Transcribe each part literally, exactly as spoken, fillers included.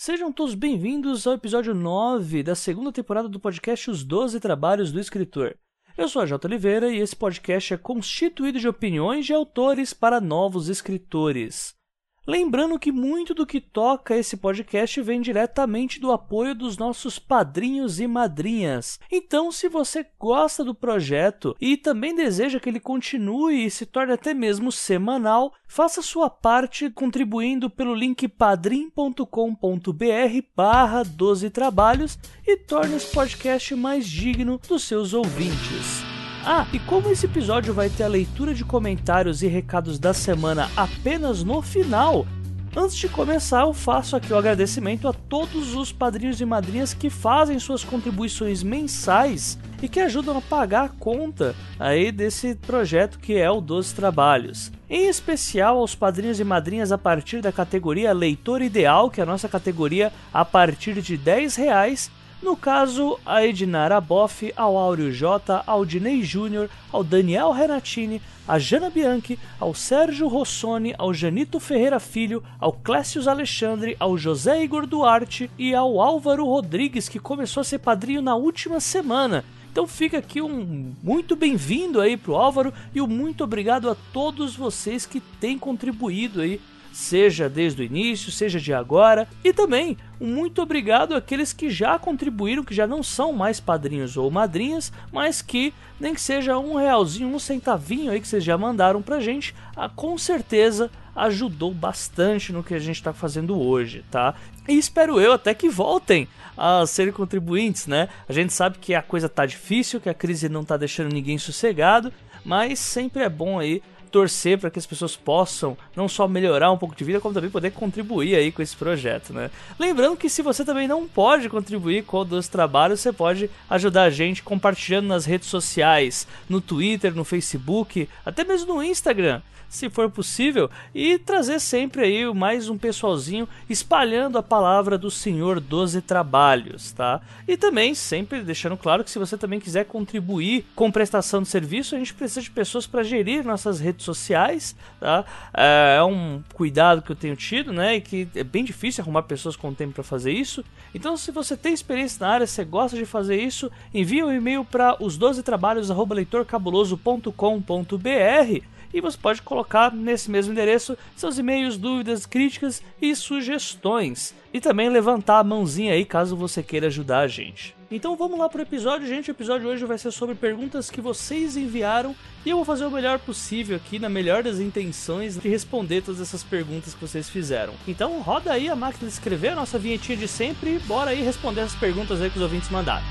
Sejam todos bem-vindos ao episódio nove da segunda temporada do podcast Os doze Trabalhos do Escritor. Eu sou a Jota Oliveira e esse podcast é constituído de opiniões de autores para novos escritores. Lembrando que muito do que toca esse podcast vem diretamente do apoio dos nossos padrinhos e madrinhas. Então, se você gosta do projeto e também deseja que ele continue e se torne até mesmo semanal, faça sua parte contribuindo pelo link padrim ponto com ponto br barra doze trabalhos e torne esse podcast mais digno dos seus ouvintes. Ah, e como esse episódio vai ter a leitura de comentários e recados da semana apenas no final, antes de começar eu faço aqui o agradecimento a todos os padrinhos e madrinhas que fazem suas contribuições mensais e que ajudam a pagar a conta aí desse projeto que é o doze Trabalhos. Em especial aos padrinhos e madrinhas a partir da categoria Leitor Ideal, que é a nossa categoria a partir de dez reais. No caso, a Edinara Boff, ao Áureo J, ao Dinei Júnior, ao Daniel Renatini, a Jana Bianchi, ao Sérgio Rossoni, ao Janito Ferreira Filho, ao Clécius Alexandre, ao José Igor Duarte e ao Álvaro Rodrigues, que começou a ser padrinho na última semana. Então fica aqui um muito bem-vindo aí pro Álvaro e um muito obrigado a todos vocês que têm contribuído aí, seja desde o início, seja de agora, e também um muito obrigado àqueles que já contribuíram, que já não são mais padrinhos ou madrinhas, mas que nem que seja um realzinho, um centavinho aí que vocês já mandaram pra gente, ah, com certeza ajudou bastante no que a gente tá fazendo hoje, tá? E espero eu até que voltem a serem contribuintes, né? A gente sabe que a coisa tá difícil, que a crise não tá deixando ninguém sossegado, mas sempre é bom aí torcer para que as pessoas possam não só melhorar um pouco de vida, como também poder contribuir aí com esse projeto, né? Lembrando que se você também não pode contribuir com o doze Trabalhos, você pode ajudar a gente compartilhando nas redes sociais, no Twitter, no Facebook, até mesmo no Instagram, se for possível, e trazer sempre aí mais um pessoalzinho espalhando a palavra do Senhor doze Trabalhos, tá? E também sempre deixando claro que se você também quiser contribuir com prestação de serviço, a gente precisa de pessoas para gerir nossas redes sociais, tá? É um cuidado que eu tenho tido, né? E que é bem difícil arrumar pessoas com tempo para fazer isso. Então, se você tem experiência na área, você gosta de fazer isso, envie um e-mail para os doze trabalhos arroba leitor cabuloso ponto com ponto br e você pode colocar nesse mesmo endereço seus e-mails, dúvidas, críticas e sugestões. E também levantar a mãozinha aí caso você queira ajudar a gente. Então vamos lá pro episódio, gente. O episódio hoje vai ser sobre perguntas que vocês enviaram e eu vou fazer o melhor possível aqui, na melhor das intenções, de responder todas essas perguntas que vocês fizeram. Então roda aí a máquina de escrever, a nossa vinhetinha de sempre, e bora aí responder essas perguntas aí que os ouvintes mandaram.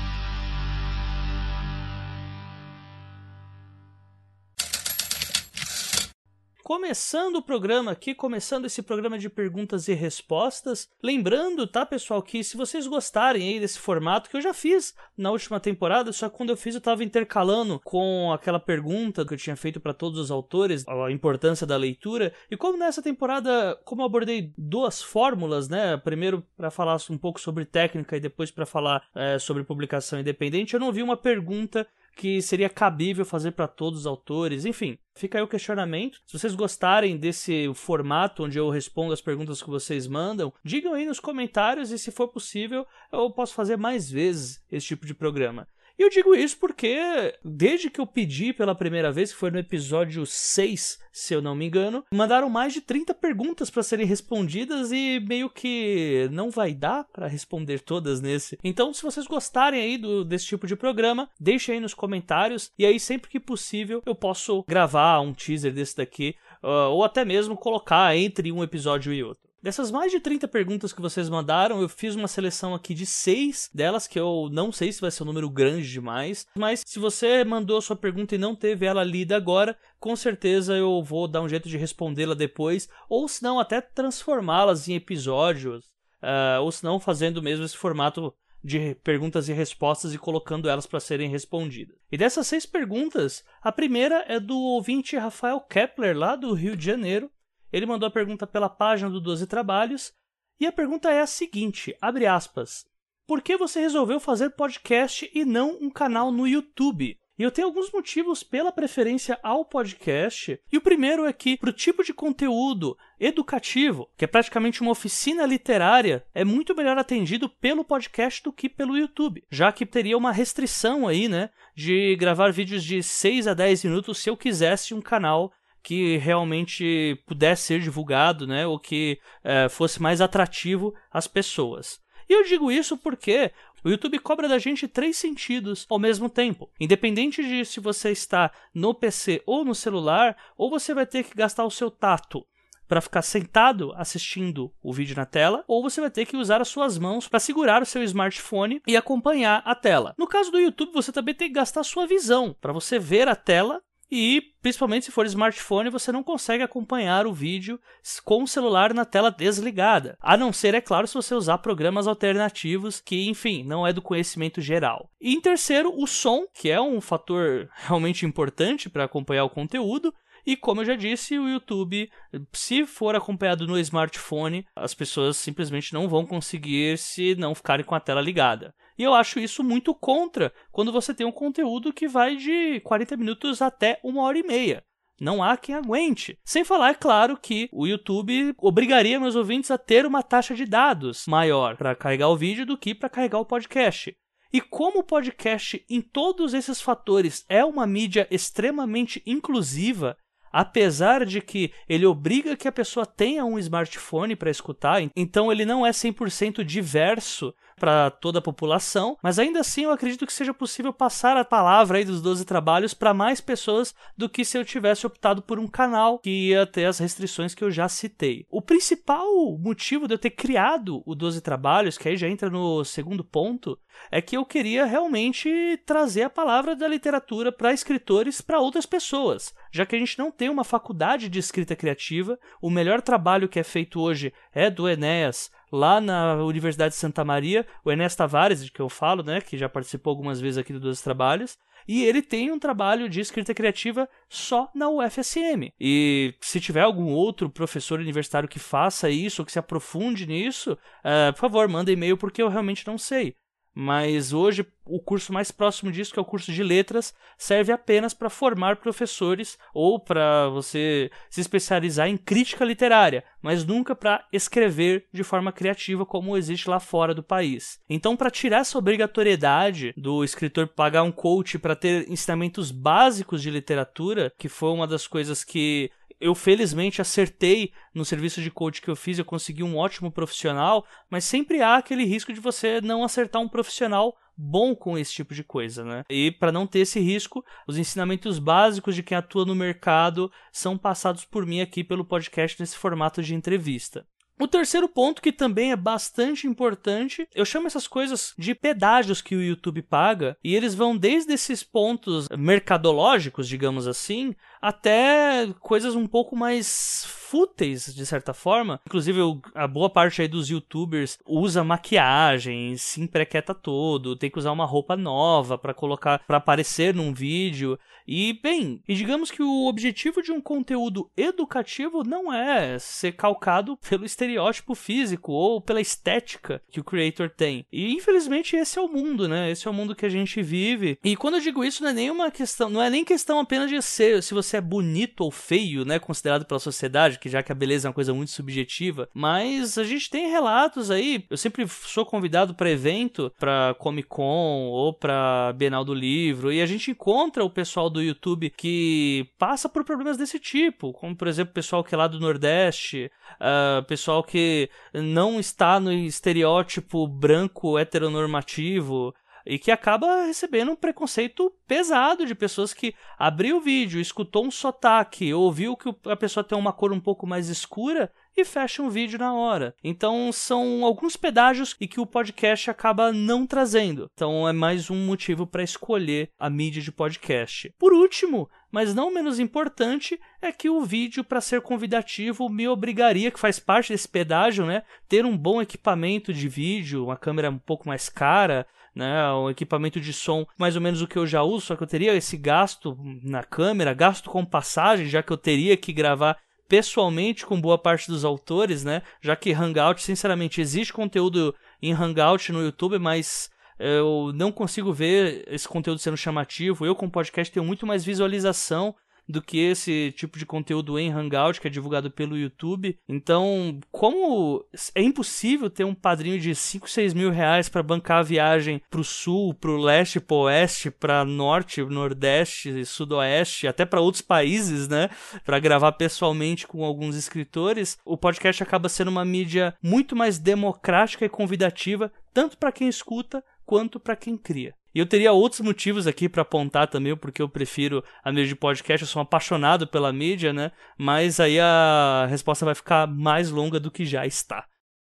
Começando o programa aqui, começando esse programa de perguntas e respostas, lembrando, tá, pessoal, que se vocês gostarem aí desse formato que eu já fiz na última temporada, só que quando eu fiz eu tava intercalando com aquela pergunta que eu tinha feito para todos os autores, a importância da leitura, e como nessa temporada, como eu abordei duas fórmulas, né, primeiro para falar um pouco sobre técnica e depois para falar é, sobre publicação independente, eu não vi uma pergunta que seria cabível fazer para todos os autores, enfim, fica aí o questionamento. Se vocês gostarem desse formato onde eu respondo as perguntas que vocês mandam, digam aí nos comentários e se for possível eu posso fazer mais vezes esse tipo de programa. E eu digo isso porque, desde que eu pedi pela primeira vez, que foi no episódio seis, se eu não me engano, mandaram mais de trinta perguntas para serem respondidas e meio que não vai dar para responder todas nesse. Então, se vocês gostarem aí do, desse tipo de programa, deixem aí nos comentários e aí sempre que possível eu posso gravar um teaser desse daqui uh, ou até mesmo colocar entre um episódio e outro. Dessas mais de trinta perguntas que vocês mandaram, eu fiz uma seleção aqui de seis delas, que eu não sei se vai ser um número grande demais, mas se você mandou a sua pergunta e não teve ela lida agora, com certeza eu vou dar um jeito de respondê-la depois, ou se não até transformá-las em episódios, uh, ou se não fazendo mesmo esse formato de perguntas e respostas e colocando elas para serem respondidas. E dessas seis perguntas, a primeira é do ouvinte Rafael Kepler, lá do Rio de Janeiro. Ele mandou a pergunta pela página do doze Trabalhos, e a pergunta é a seguinte, abre aspas, por que você resolveu fazer podcast e não um canal no YouTube? E eu tenho alguns motivos pela preferência ao podcast. E o primeiro é que, pro tipo de conteúdo educativo, que é praticamente uma oficina literária, é muito melhor atendido pelo podcast do que pelo YouTube, já que teria uma restrição aí, né, de gravar vídeos de seis a dez minutos se eu quisesse um canal que realmente pudesse ser divulgado, né, ou que é, fosse mais atrativo às pessoas. E eu digo isso porque o YouTube cobra da gente três sentidos ao mesmo tempo. Independente de se você está no P C ou no celular, ou você vai ter que gastar o seu tato para ficar sentado assistindo o vídeo na tela, ou você vai ter que usar as suas mãos para segurar o seu smartphone e acompanhar a tela. No caso do YouTube, você também tem que gastar a sua visão para você ver a tela. E, principalmente se for smartphone, você não consegue acompanhar o vídeo com o celular na tela desligada. A não ser, é claro, se você usar programas alternativos, que, enfim, não é do conhecimento geral. E em terceiro, o som, que é um fator realmente importante para acompanhar o conteúdo. E como eu já disse, o YouTube, se for acompanhado no smartphone, as pessoas simplesmente não vão conseguir se não ficarem com a tela ligada. E eu acho isso muito contra quando você tem um conteúdo que vai de quarenta minutos até uma hora e meia. Não há quem aguente. Sem falar, é claro, que o YouTube obrigaria meus ouvintes a ter uma taxa de dados maior para carregar o vídeo do que para carregar o podcast. E como o podcast, em todos esses fatores, é uma mídia extremamente inclusiva, apesar de que ele obriga que a pessoa tenha um smartphone para escutar, então ele não é cem por cento diverso para toda a população, mas ainda assim eu acredito que seja possível passar a palavra aí dos doze trabalhos para mais pessoas do que se eu tivesse optado por um canal que ia ter as restrições que eu já citei. O principal motivo de eu ter criado o doze trabalhos, que aí já entra no segundo ponto, é que eu queria realmente trazer a palavra da literatura para escritores, para outras pessoas, já que a gente não tem uma faculdade de escrita criativa. O melhor trabalho que é feito hoje é do Enéas, lá na Universidade de Santa Maria, o Enéas Tavares, de que eu falo, né, que já participou algumas vezes aqui do doze Trabalhos, e ele tem um trabalho de escrita criativa só na U F S M. E se tiver algum outro professor universitário que faça isso, ou que se aprofunde nisso, uh, por favor, manda e-mail, porque eu realmente não sei. Mas hoje o curso mais próximo disso, que é o curso de letras, serve apenas para formar professores ou para você se especializar em crítica literária, mas nunca para escrever de forma criativa como existe lá fora do país. Então, para tirar essa obrigatoriedade do escritor pagar um coach para ter ensinamentos básicos de literatura, que foi uma das coisas que eu felizmente acertei no serviço de coach que eu fiz, eu consegui um ótimo profissional, mas sempre há aquele risco de você não acertar um profissional bom com esse tipo de coisa, né? E para não ter esse risco, os ensinamentos básicos de quem atua no mercado são passados por mim aqui pelo podcast nesse formato de entrevista. O terceiro ponto, que também é bastante importante, eu chamo essas coisas de pedágios que o YouTube paga, e eles vão desde esses pontos mercadológicos, digamos assim, até coisas um pouco mais fúteis, de certa forma. Inclusive, a boa parte aí dos youtubers usa maquiagem, se emprequeta todo, tem que usar uma roupa nova para colocar, para aparecer num vídeo. E, bem, e digamos que o objetivo de um conteúdo educativo não é ser calcado pelo estereótipo físico ou pela estética que o creator tem. E, infelizmente, esse é o mundo, né? Esse é o mundo que a gente vive. E quando eu digo isso, não é nem uma questão, não é nem questão apenas de ser, se você é bonito ou feio, né, considerado pela sociedade, que já que a beleza é uma coisa muito subjetiva, mas a gente tem relatos aí, eu sempre sou convidado para evento, para Comic Con ou para Bienal do Livro, e a gente encontra o pessoal do YouTube que passa por problemas desse tipo, como por exemplo o pessoal que é lá do Nordeste, uh, pessoal que não está no estereótipo branco heteronormativo, e que acaba recebendo um preconceito pesado de pessoas que abriu o vídeo, escutou um sotaque, ouviu que a pessoa tem uma cor um pouco mais escura e fecha um vídeo na hora. Então são alguns pedágios e que o podcast acaba não trazendo. Então é mais um motivo para escolher a mídia de podcast. Por último, mas não menos importante, é que o vídeo, para ser convidativo, me obrigaria, que faz parte desse pedágio, né, ter um bom equipamento de vídeo, uma câmera um pouco mais cara, né, um equipamento de som mais ou menos o que eu já uso, só que eu teria esse gasto na câmera, gasto com passagem, já que eu teria que gravar pessoalmente com boa parte dos autores, né, já que Hangout, sinceramente, existe conteúdo em Hangout no YouTube, mas eu não consigo ver esse conteúdo sendo chamativo. Eu, com podcast, tenho muito mais visualização do que esse tipo de conteúdo em Hangout, que é divulgado pelo YouTube. Então, como é impossível ter um padrinho de cinco, seis mil reais para bancar a viagem pro sul, pro leste, pro oeste, pra norte, nordeste, sudoeste, até para outros países, né? Para gravar pessoalmente com alguns escritores, o podcast acaba sendo uma mídia muito mais democrática e convidativa, tanto para quem escuta quanto para quem cria. E eu teria outros motivos aqui para apontar também, porque eu prefiro a mídia de podcast, eu sou um apaixonado pela mídia, né? Mas aí a resposta vai ficar mais longa do que já está.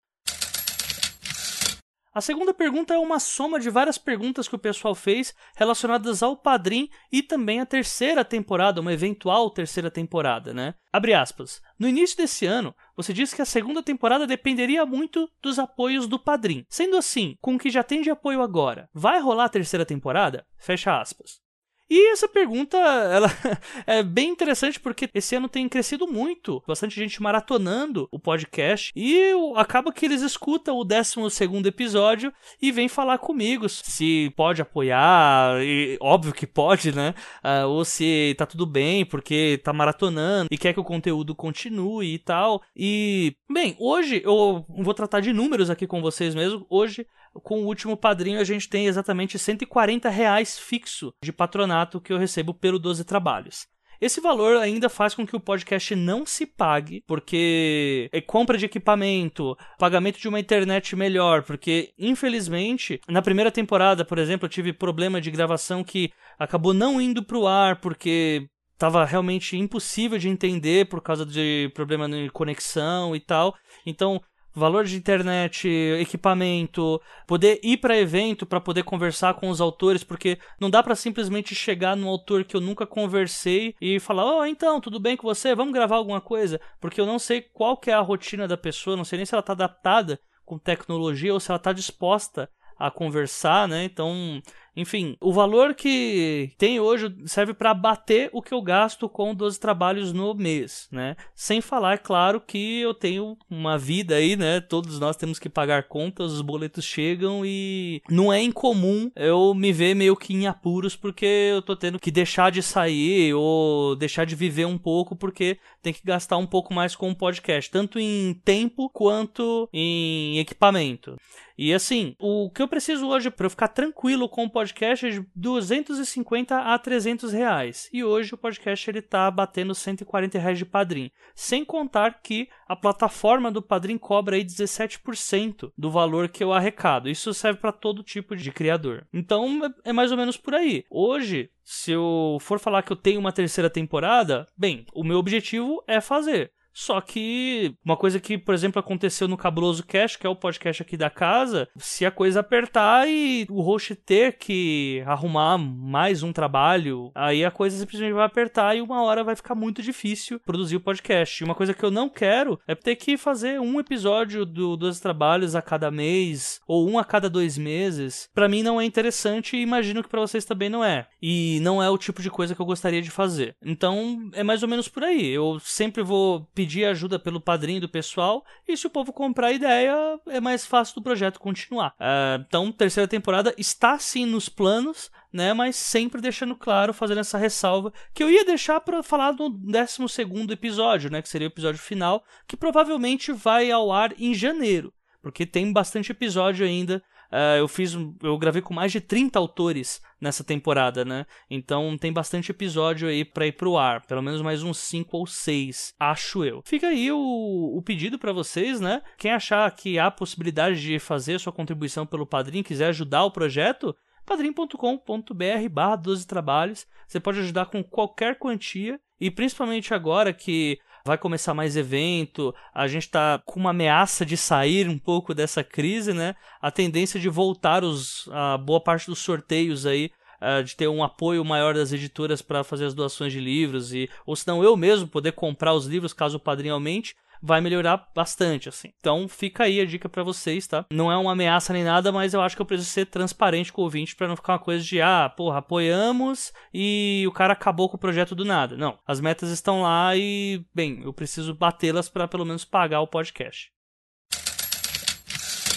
A segunda pergunta é uma soma de várias perguntas que o pessoal fez relacionadas ao Padrim e também à terceira temporada, uma eventual terceira temporada, né? Abre aspas. No início desse ano, você disse que a segunda temporada dependeria muito dos apoios do Padrim. Sendo assim, com o que já tem de apoio agora, vai rolar a terceira temporada? Fecha aspas. E essa pergunta, ela é bem interessante porque esse ano tem crescido muito, bastante gente maratonando o podcast e acaba que eles escutam o décimo segundo episódio e vêm falar comigo se pode apoiar, e óbvio que pode, né? Uh, ou se tá tudo bem porque tá maratonando e quer que o conteúdo continue e tal. E, bem, hoje eu vou tratar de números aqui com vocês mesmo. Hoje, com o último padrinho, a gente tem exatamente cento e quarenta reais fixo de patronato que eu recebo pelo doze Trabalhos. Esse valor ainda faz com que o podcast não se pague, porque é compra de equipamento, pagamento de uma internet melhor, porque, infelizmente, na primeira temporada, por exemplo, eu tive problema de gravação que acabou não indo pro ar, porque estava realmente impossível de entender por causa de problema de conexão e tal. Então, valor de internet, equipamento, poder ir para evento para poder conversar com os autores, porque não dá para simplesmente chegar num autor que eu nunca conversei e falar, oh, então, tudo bem com você? Vamos gravar alguma coisa? Porque eu não sei qual que é a rotina da pessoa, não sei nem se ela está adaptada com tecnologia ou se ela está disposta a conversar, né? Então, enfim, o valor que tem hoje serve para bater o que eu gasto com doze trabalhos no mês, né? Sem falar, é claro, que eu tenho uma vida aí, né? Todos nós temos que pagar contas, os boletos chegam e não é incomum eu me ver meio que em apuros porque eu tô tendo que deixar de sair ou deixar de viver um pouco porque tem que gastar um pouco mais com o podcast, tanto em tempo quanto em equipamento. E assim, o que eu preciso hoje para eu ficar tranquilo com o podcast é de duzentos e cinquenta a trezentos reais. E hoje o podcast ele tá batendo cento e quarenta reais de Padrim. Sem contar que a plataforma do Padrim cobra aí dezessete por cento do valor que eu arrecado. Isso serve para todo tipo de criador. Então é mais ou menos por aí. Hoje, se eu for falar que eu tenho uma terceira temporada, bem, o meu objetivo é fazer. Só que uma coisa que, por exemplo, aconteceu no Cabuloso Cast, que é o podcast aqui da casa, se a coisa apertar e o host ter que arrumar mais um trabalho, aí a coisa simplesmente vai apertar e uma hora vai ficar muito difícil produzir o podcast. E uma coisa que eu não quero é ter que fazer um episódio do doze Trabalhos a cada mês ou um a cada dois meses. Pra mim não é interessante e imagino que pra vocês também não é. E não é o tipo de coisa que eu gostaria de fazer. Então é mais ou menos por aí. Eu sempre vou pedir pedir ajuda pelo padrinho do pessoal, e se o povo comprar a ideia, é mais fácil do projeto continuar. Uh, então, terceira temporada está sim nos planos, né, mas sempre deixando claro, fazendo essa ressalva, que eu ia deixar para falar no décimo segundo episódio, né, que seria o episódio final, que provavelmente vai ao ar em janeiro, porque tem bastante episódio ainda. Uh, eu fiz, eu gravei com mais de trinta autores nessa temporada, né? Então tem bastante episódio aí pra ir pro ar, pelo menos mais uns cinco ou seis, acho eu. Fica aí o, o pedido pra vocês, né? Quem achar que há possibilidade de fazer sua contribuição pelo Padrim, quiser ajudar o projeto, padrim ponto com ponto br barra doze trabalhos. Você pode ajudar com qualquer quantia, e principalmente agora que vai começar mais evento, a gente tá com uma ameaça de sair um pouco dessa crise, né? A tendência de voltar os, a boa parte dos sorteios aí, uh, de ter um apoio maior das editoras para fazer as doações de livros, e, ou se não eu mesmo poder comprar os livros caso o padrinho aumente, vai melhorar bastante, assim. Então fica aí a dica pra vocês, tá? Não é uma ameaça nem nada, mas eu acho que eu preciso ser transparente com o ouvinte pra não ficar uma coisa de, ah, porra, apoiamos e o cara acabou com o projeto do nada. Não, as metas estão lá e, bem, eu preciso batê-las pra pelo menos pagar o podcast.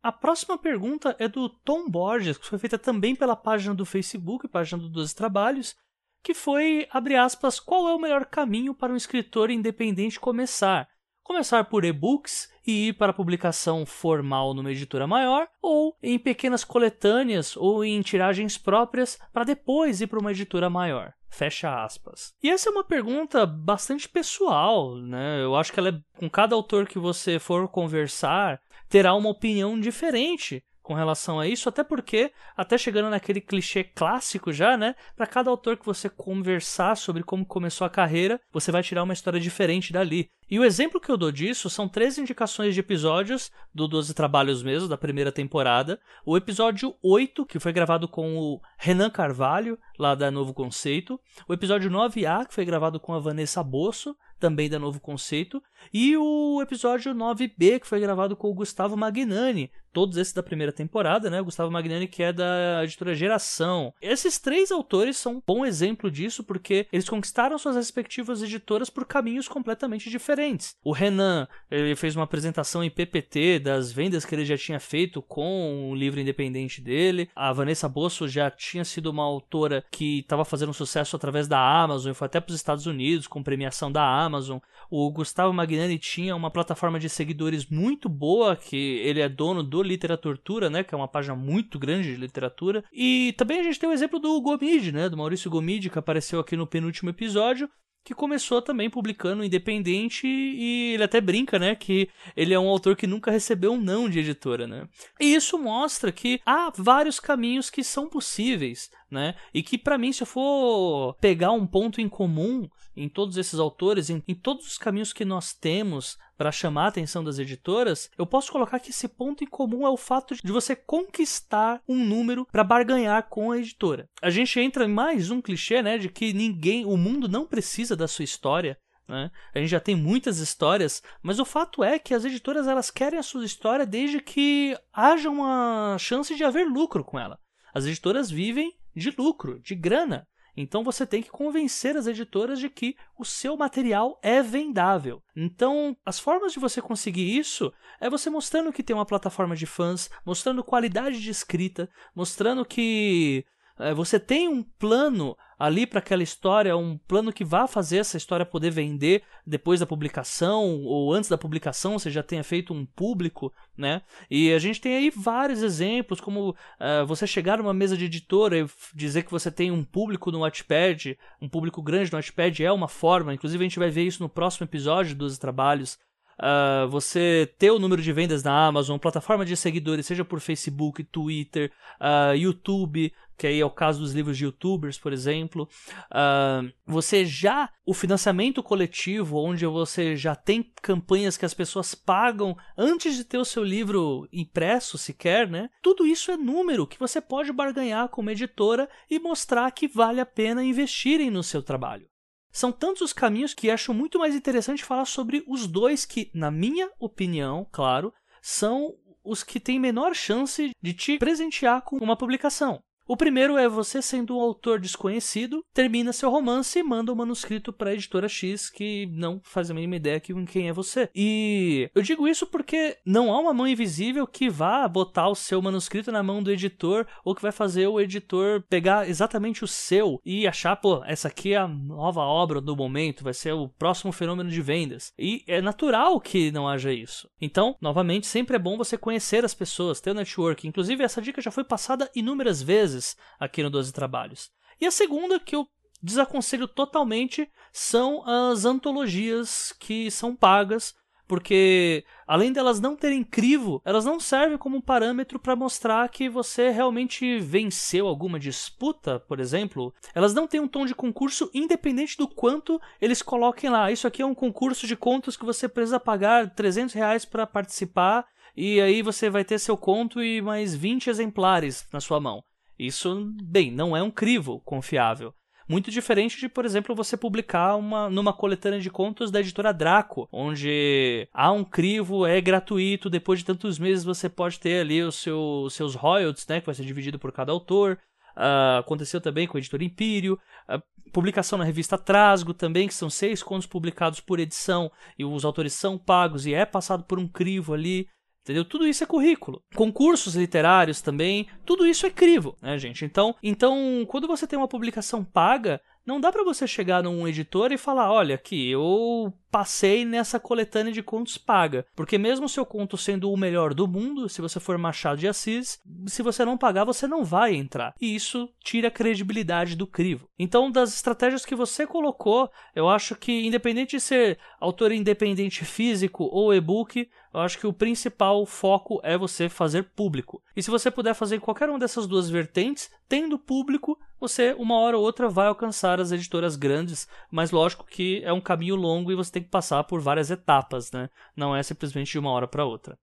A próxima pergunta é do Tom Borges, que foi feita também pela página do Facebook, página do doze Trabalhos, que foi, abre aspas, qual é o melhor caminho para um escritor independente começar? Começar por e-books e ir para a publicação formal numa editora maior, ou em pequenas coletâneas ou em tiragens próprias para depois ir para uma editora maior. Fecha aspas. E essa é uma pergunta bastante pessoal, né? Eu acho que ela é, com cada autor que você for conversar, terá uma opinião diferente com relação a isso, até porque, até chegando naquele clichê clássico já, né? Para cada autor que você conversar sobre como começou a carreira, você vai tirar uma história diferente dali. E o exemplo que eu dou disso são três indicações de episódios do doze Trabalhos mesmo, da primeira temporada. O episódio oito, que foi gravado com o Renan Carvalho, lá da Novo Conceito. O episódio nove A, que foi gravado com a Vanessa Bosso, também da Novo Conceito. E o episódio nove B, que foi gravado com o Gustavo Magnani. Todos esses da primeira temporada, né? O Gustavo Magnani, que é da editora Geração. Esses três autores são um bom exemplo disso, porque eles conquistaram suas respectivas editoras por caminhos completamente diferentes. O Renan, ele fez uma apresentação em P P T das vendas que ele já tinha feito com o livro independente dele. A Vanessa Bosso já tinha sido uma autora que estava fazendo sucesso através da Amazon, foi até para os Estados Unidos com premiação da Amazon. O Gustavo Magnani tinha uma plataforma de seguidores muito boa, que ele é dono do Literaturtura, né, que é uma página muito grande de literatura. E também a gente tem o exemplo do Gomide, né, do Maurício Gomide, que apareceu aqui no penúltimo episódio, que começou também publicando independente, e ele até brinca, né, que ele é um autor que nunca recebeu um não de editora, né. E isso mostra que há vários caminhos que são possíveis, né, e que para mim, se eu for pegar um ponto em comum em todos esses autores, em, em todos os caminhos que nós temos para chamar a atenção das editoras, eu posso colocar que esse ponto em comum é o fato de você conquistar um número para barganhar com a editora. A gente entra em mais um clichê, né, de que ninguém, o mundo não precisa da sua história, né? A gente já tem muitas histórias, mas o fato é que as editoras, elas querem a sua história desde que haja uma chance de haver lucro com ela. As editoras vivem de lucro, de grana. Então você tem que convencer as editoras de que o seu material é vendável. Então, as formas de você conseguir isso é você mostrando que tem uma plataforma de fãs, mostrando qualidade de escrita, mostrando que é, você tem um plano ali para aquela história, um plano que vá fazer essa história poder vender depois da publicação, ou antes da publicação você já tenha feito um público, né? E a gente tem aí vários exemplos, como uh, você chegar numa mesa de editora e dizer que você tem um público no Wattpad, um público grande no Wattpad é uma forma, inclusive a gente vai ver isso no próximo episódio dos Trabalhos. Uh, você ter o número de vendas na Amazon, plataforma de seguidores, seja por Facebook, Twitter, uh, YouTube, que aí é o caso dos livros de youtubers, por exemplo. Uh, você já, o financiamento coletivo, onde você já tem campanhas que as pessoas pagam antes de ter o seu livro impresso sequer, né? Tudo isso é número que você pode barganhar como editora e mostrar que vale a pena investirem no seu trabalho. São tantos os caminhos que acho muito mais interessante falar sobre os dois que, na minha opinião, claro, são os que têm menor chance de te presentear com uma publicação. O primeiro é você, sendo um autor desconhecido, termina seu romance e manda o manuscrito para a editora X, que não faz a mínima ideia de quem é você. E eu digo isso porque não há uma mão invisível que vá botar o seu manuscrito na mão do editor, ou que vai fazer o editor pegar exatamente o seu e achar, pô, essa aqui é a nova obra do momento, vai ser o próximo fenômeno de vendas. E é natural que não haja isso. Então, novamente, sempre é bom você conhecer as pessoas, ter o network. Inclusive, essa dica já foi passada inúmeras vezes aqui no doze Trabalhos. E a segunda, que eu desaconselho totalmente, são as antologias que são pagas, porque além delas não terem crivo, elas não servem como um parâmetro para mostrar que você realmente venceu alguma disputa, por exemplo. Elas não têm um tom de concurso independente do quanto eles coloquem lá. Isso aqui é um concurso de contos que você precisa pagar trezentos reais para participar, e aí você vai ter seu conto e mais vinte exemplares na sua mão. Isso, bem, não é um crivo confiável. Muito diferente de, por exemplo, você publicar uma, numa coletânea de contos da editora Draco, onde há um crivo, é gratuito, depois de tantos meses você pode ter ali os seu, seus royalties, né, que vai ser dividido por cada autor. Uh, aconteceu também com a editora Império. Uh, publicação na revista Trasgo também, que são seis contos publicados por edição, e os autores são pagos e é passado por um crivo ali. Entendeu? Tudo isso é currículo. Concursos literários também, tudo isso é crivo, né, gente? Então, então quando você tem uma publicação paga, não dá pra você chegar num editor e falar, olha, aqui, eu passei nessa coletânea de contos paga. Porque mesmo o seu conto sendo o melhor do mundo, se você for Machado de Assis, se você não pagar, você não vai entrar. E isso tira a credibilidade do crivo. Então, das estratégias que você colocou, eu acho que, independente de ser autor independente físico ou e-book, eu acho que o principal foco é você fazer público. E se você puder fazer qualquer uma dessas duas vertentes, tendo público, você, uma hora ou outra, vai alcançar as editoras grandes, mas lógico que é um caminho longo e você tem que passar por várias etapas, né? Não é simplesmente de uma hora para outra.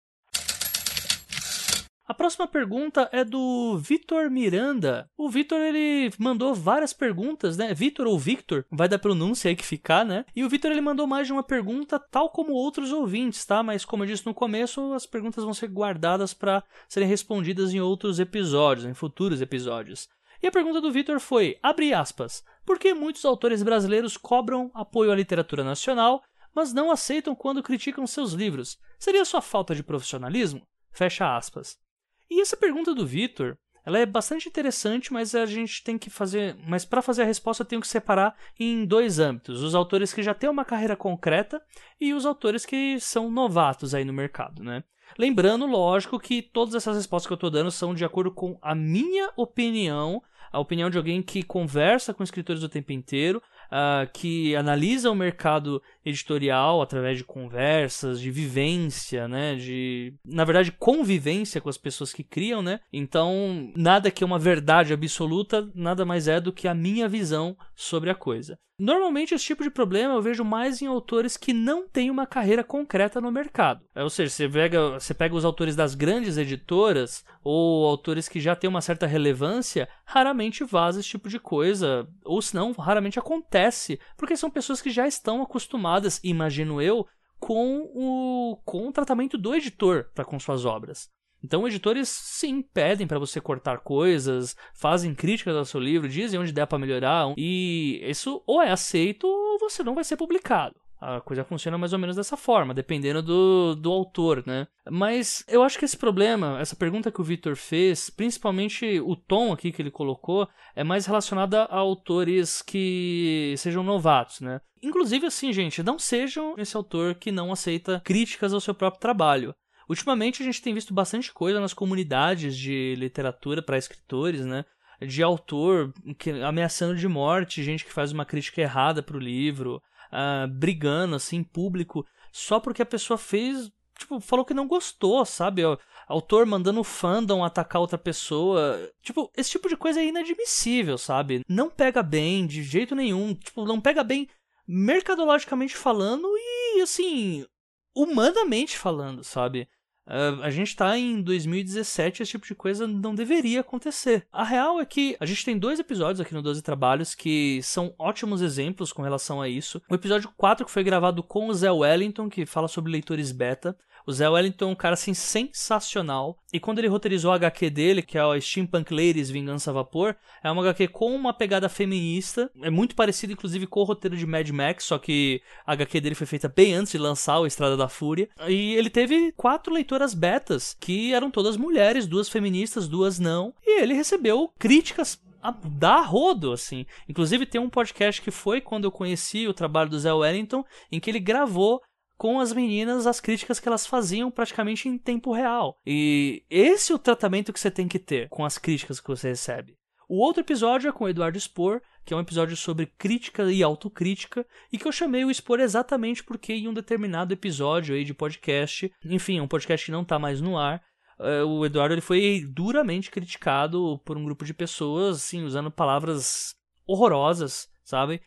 A próxima pergunta é do Vitor Miranda. O Vitor, ele mandou várias perguntas, né? Vitor ou Victor, vai da pronúncia aí que ficar, né? E o Vitor, ele mandou mais de uma pergunta, tal como outros ouvintes, tá? Mas como eu disse no começo, as perguntas vão ser guardadas para serem respondidas em outros episódios, em futuros episódios. E a pergunta do Vitor foi, abre aspas, por que muitos autores brasileiros cobram apoio à literatura nacional, mas não aceitam quando criticam seus livros? Seria só falta de profissionalismo? Fecha aspas. E essa pergunta do Vitor, ela é bastante interessante, mas a gente tem que fazer, mas para fazer a resposta eu tenho que separar em dois âmbitos, os autores que já têm uma carreira concreta e os autores que são novatos aí no mercado, né? Lembrando, lógico, que todas essas respostas que eu estou dando são de acordo com a minha opinião, a opinião de alguém que conversa com escritores o tempo inteiro, uh, que analisa o mercado editorial através de conversas, de vivência, né, de, na verdade, convivência com as pessoas que criam, né? Então, nada que é uma verdade absoluta, nada mais é do que a minha visão sobre a coisa. Normalmente, esse tipo de problema eu vejo mais em autores que não têm uma carreira concreta no mercado. Ou seja, você pega, você pega os autores das grandes editoras ou autores que já têm uma certa relevância, raramente vaza esse tipo de coisa, ou senão, raramente acontece, porque são pessoas que já estão acostumadas, imagino eu, com o, com o tratamento do editor para com suas obras. Então, editores, sim, pedem para você cortar coisas, fazem críticas ao seu livro, dizem onde der para melhorar, e isso ou é aceito ou você não vai ser publicado. A coisa funciona mais ou menos dessa forma, dependendo do, do autor, né? Mas eu acho que esse problema, essa pergunta que o Vitor fez, principalmente o tom aqui que ele colocou, é mais relacionada a autores que sejam novatos, né? Inclusive, assim, gente, não sejam esse autor que não aceita críticas ao seu próprio trabalho. Ultimamente a gente tem visto bastante coisa nas comunidades de literatura para escritores, né? De autor que, ameaçando de morte, gente que faz uma crítica errada pro livro, uh, brigando assim em público, só porque a pessoa fez, tipo, falou que não gostou, sabe? O autor mandando o fandom atacar outra pessoa. Tipo, esse tipo de coisa é inadmissível, sabe? Não pega bem de jeito nenhum, tipo, não pega bem mercadologicamente falando e, assim, humanamente falando, sabe? Uh, a gente tá em dois mil e dezessete, esse tipo de coisa não deveria acontecer. A real é que a gente tem dois episódios aqui no doze Trabalhos que são ótimos exemplos com relação a isso. O episódio quatro, que foi gravado com o Zé Wellington, que fala sobre leitores beta. O Zé Wellington é um cara, assim, sensacional. E quando ele roteirizou a H Q dele, que é o Steampunk Ladies Vingança a Vapor, é uma H Q com uma pegada feminista. É muito parecido, inclusive, com o roteiro de Mad Max, só que a H Q dele foi feita bem antes de lançar o Estrada da Fúria. E ele teve quatro leitoras betas, que eram todas mulheres, duas feministas, duas não. E ele recebeu críticas a dar rodo, assim. Inclusive, tem um podcast que foi quando eu conheci o trabalho do Zé Wellington, em que ele gravou com as meninas as críticas que elas faziam praticamente em tempo real. E esse é o tratamento que você tem que ter com as críticas que você recebe. O outro episódio é com o Eduardo Spor, que é um episódio sobre crítica e autocrítica, e que eu chamei o Spor exatamente porque em um determinado episódio aí de podcast, enfim, é um podcast que não está mais no ar, o Eduardo ele foi duramente criticado por um grupo de pessoas, assim, usando palavras horrorosas, sabe?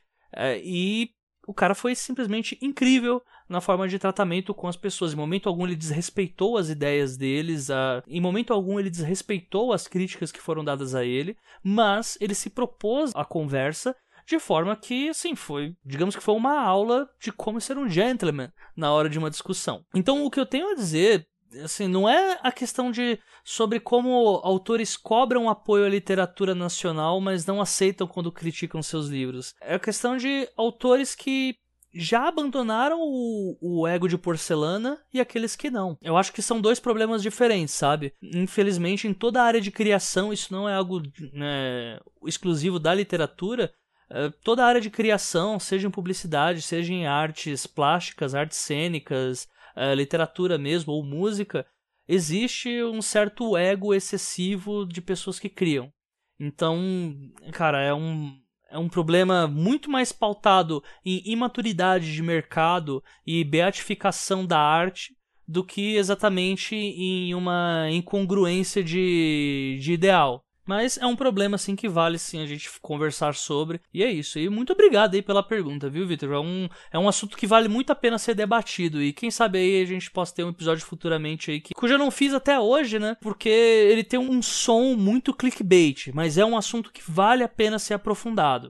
E o cara foi simplesmente incrível na forma de tratamento com as pessoas. Em momento algum ele desrespeitou as ideias deles, a... em momento algum ele desrespeitou as críticas que foram dadas a ele, mas ele se propôs à conversa de forma que, assim, foi, digamos que foi uma aula de como ser um gentleman na hora de uma discussão. Então o que eu tenho a dizer, assim, não é a questão de sobre como autores cobram apoio à literatura nacional, mas não aceitam quando criticam seus livros. É a questão de autores que já abandonaram o, o ego de porcelana e aqueles que não. Eu acho que são dois problemas diferentes, sabe? Infelizmente, em toda a área de criação, isso não é algo né, exclusivo da literatura. Toda a área de criação, seja em publicidade, seja em artes plásticas, artes cênicas, literatura mesmo, ou música, existe um certo ego excessivo de pessoas que criam. Então, cara, é um, é um problema muito mais pautado em imaturidade de mercado e beatificação da arte do que exatamente em uma incongruência de, de ideal. Mas é um problema, assim, que vale, sim, a gente conversar sobre. E é isso. E muito obrigado aí pela pergunta, viu, Vitor? É um, é um assunto que vale muito a pena ser debatido. E quem sabe aí a gente possa ter um episódio futuramente aí, que, cujo eu não fiz até hoje, né? Porque ele tem um som muito clickbait. Mas é um assunto que vale a pena ser aprofundado.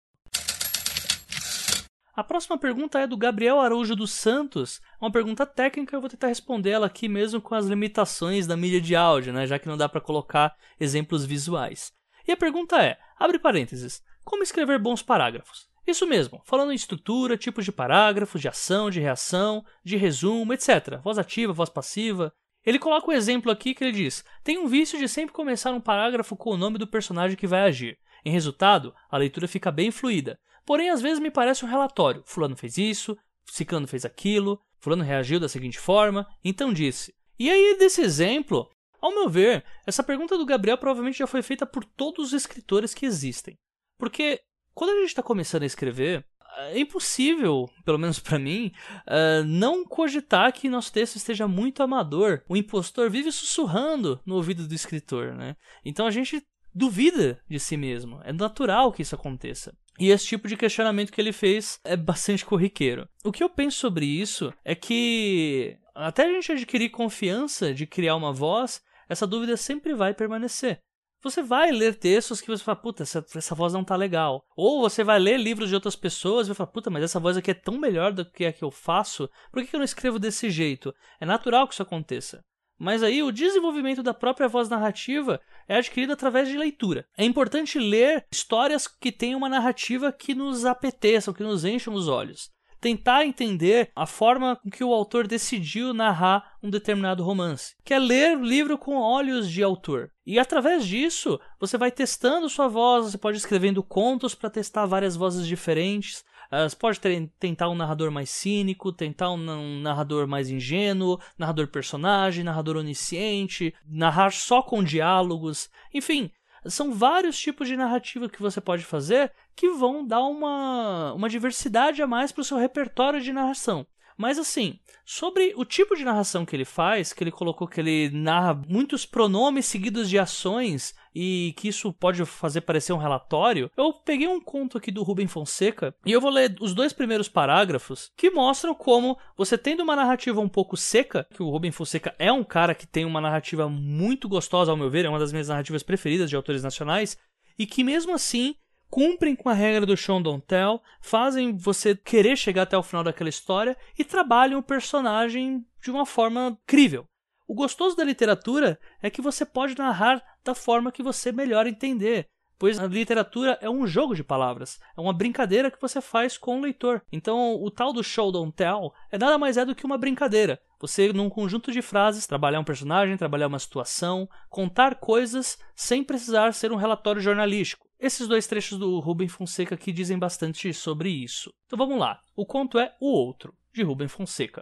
A próxima pergunta é do Gabriel Araújo dos Santos. Uma pergunta técnica, eu vou tentar responder ela aqui mesmo com as limitações da mídia de áudio, né? Já que não dá para colocar exemplos visuais. E a pergunta é, abre parênteses, como escrever bons parágrafos? Isso mesmo, falando em estrutura, tipos de parágrafos, de ação, de reação, de resumo, etcétera. Voz ativa, voz passiva. Ele coloca um exemplo aqui que ele diz, tem um vício de sempre começar um parágrafo com o nome do personagem que vai agir. Em resultado, a leitura fica bem fluida. Porém, às vezes me parece um relatório. Fulano fez isso, ciclano fez aquilo, fulano reagiu da seguinte forma, então disse. E aí, desse exemplo, ao meu ver, essa pergunta do Gabriel provavelmente já foi feita por todos os escritores que existem. Porque quando a gente está começando a escrever, é impossível, pelo menos para mim, uh, não cogitar que nosso texto esteja muito amador. O impostor vive sussurrando no ouvido do escritor, né? Então a gente duvida de si mesmo. É natural que isso aconteça. E esse tipo de questionamento que ele fez é bastante corriqueiro. O que eu penso sobre isso é que, até a gente adquirir confiança de criar uma voz, essa dúvida sempre vai permanecer. Você vai ler textos que você fala, puta, essa, essa voz não tá legal. Ou você vai ler livros de outras pessoas e vai falar, puta, mas essa voz aqui é tão melhor do que a que eu faço, por que eu não escrevo desse jeito? É natural que isso aconteça. Mas aí o desenvolvimento da própria voz narrativa é adquirido através de leitura. É importante ler histórias que tenham uma narrativa que nos apeteçam, que nos encham os olhos. Tentar entender a forma com que o autor decidiu narrar um determinado romance. Que é ler o livro com olhos de autor. E através disso, você vai testando sua voz, você pode ir escrevendo contos para testar várias vozes diferentes. Você pode ter, tentar um narrador mais cínico, tentar um, um narrador mais ingênuo, narrador personagem, narrador onisciente, narrar só com diálogos. Enfim, são vários tipos de narrativa que você pode fazer que vão dar uma, uma diversidade a mais para o seu repertório de narração. Mas assim, sobre o tipo de narração que ele faz, que ele colocou que ele narra muitos pronomes seguidos de ações e que isso pode fazer parecer um relatório, eu peguei um conto aqui do Rubem Fonseca e eu vou ler os dois primeiros parágrafos que mostram como você tendo uma narrativa um pouco seca, que o Rubem Fonseca é um cara que tem uma narrativa muito gostosa ao meu ver, é uma das minhas narrativas preferidas de autores nacionais, e que mesmo assim cumprem com a regra do show don't tell, fazem você querer chegar até o final daquela história e trabalham o personagem de uma forma crível. O gostoso da literatura é que você pode narrar da forma que você melhor entender, pois a literatura é um jogo de palavras, é uma brincadeira que você faz com o leitor. Então o tal do show don't tell é nada mais é do que uma brincadeira. Você, num conjunto de frases, trabalhar um personagem, trabalhar uma situação, contar coisas sem precisar ser um relatório jornalístico. Esses dois trechos do Rubem Fonseca aqui dizem bastante sobre isso. Então vamos lá. O conto é O Outro, de Rubem Fonseca.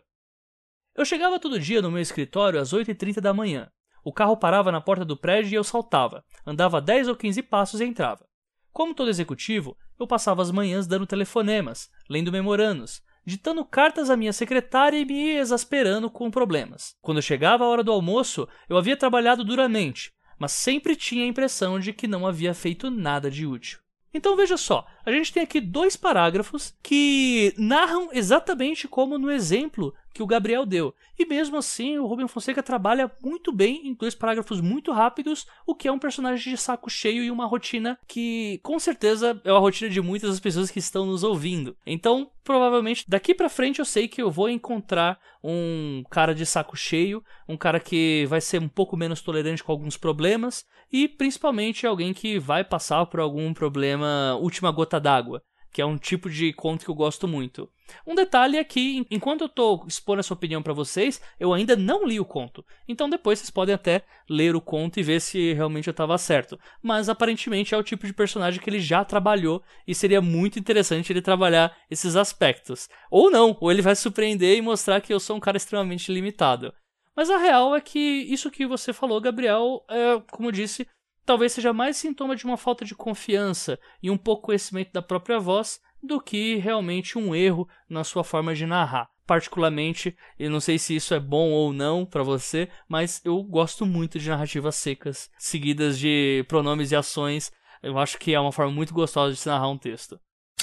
Eu chegava todo dia no meu escritório às oito e trinta da manhã. O carro parava na porta do prédio e eu saltava. Andava dez ou quinze passos e entrava. Como todo executivo, eu passava as manhãs dando telefonemas, lendo memorandos, ditando cartas à minha secretária e me exasperando com problemas. Quando chegava a hora do almoço, eu havia trabalhado duramente, mas sempre tinha a impressão de que não havia feito nada de útil. Então veja só, a gente tem aqui dois parágrafos que narram exatamente como no exemplo que o Gabriel deu. E mesmo assim, o Rubem Fonseca trabalha muito bem em dois parágrafos muito rápidos, o que é um personagem de saco cheio e uma rotina que, com certeza, é a rotina de muitas das pessoas que estão nos ouvindo. Então, provavelmente, daqui pra frente eu sei que eu vou encontrar um cara de saco cheio, um cara que vai ser um pouco menos tolerante com alguns problemas e, principalmente, alguém que vai passar por algum problema última gota d'água, que é um tipo de conto que eu gosto muito. Um detalhe é que, enquanto eu tô expondo essa opinião pra vocês, eu ainda não li o conto. Então depois vocês podem até ler o conto e ver se realmente eu tava certo. Mas aparentemente é o tipo de personagem que ele já trabalhou e seria muito interessante ele trabalhar esses aspectos. Ou não, ou ele vai surpreender e mostrar que eu sou um cara extremamente limitado. Mas a real é que isso que você falou, Gabriel, é, como eu disse, talvez seja mais sintoma de uma falta de confiança e um pouco conhecimento da própria voz do que realmente um erro na sua forma de narrar. Particularmente, eu não sei se isso é bom ou não pra você, mas eu gosto muito de narrativas secas, seguidas de pronomes e ações. Eu acho que é uma forma muito gostosa de se narrar um texto.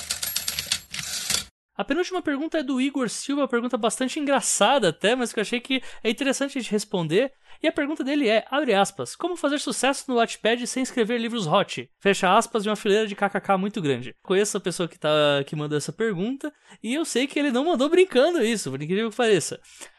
A penúltima pergunta é do Igor Silva, uma pergunta bastante engraçada até, mas que eu achei que é interessante a gente responder. E a pergunta dele é, abre aspas, como fazer sucesso no Wattpad sem escrever livros hot? Fecha aspas de uma fileira de kkk muito grande. Conheço a pessoa que, tá, que mandou essa pergunta, e eu sei que ele não mandou brincando isso, por incrível que pareça.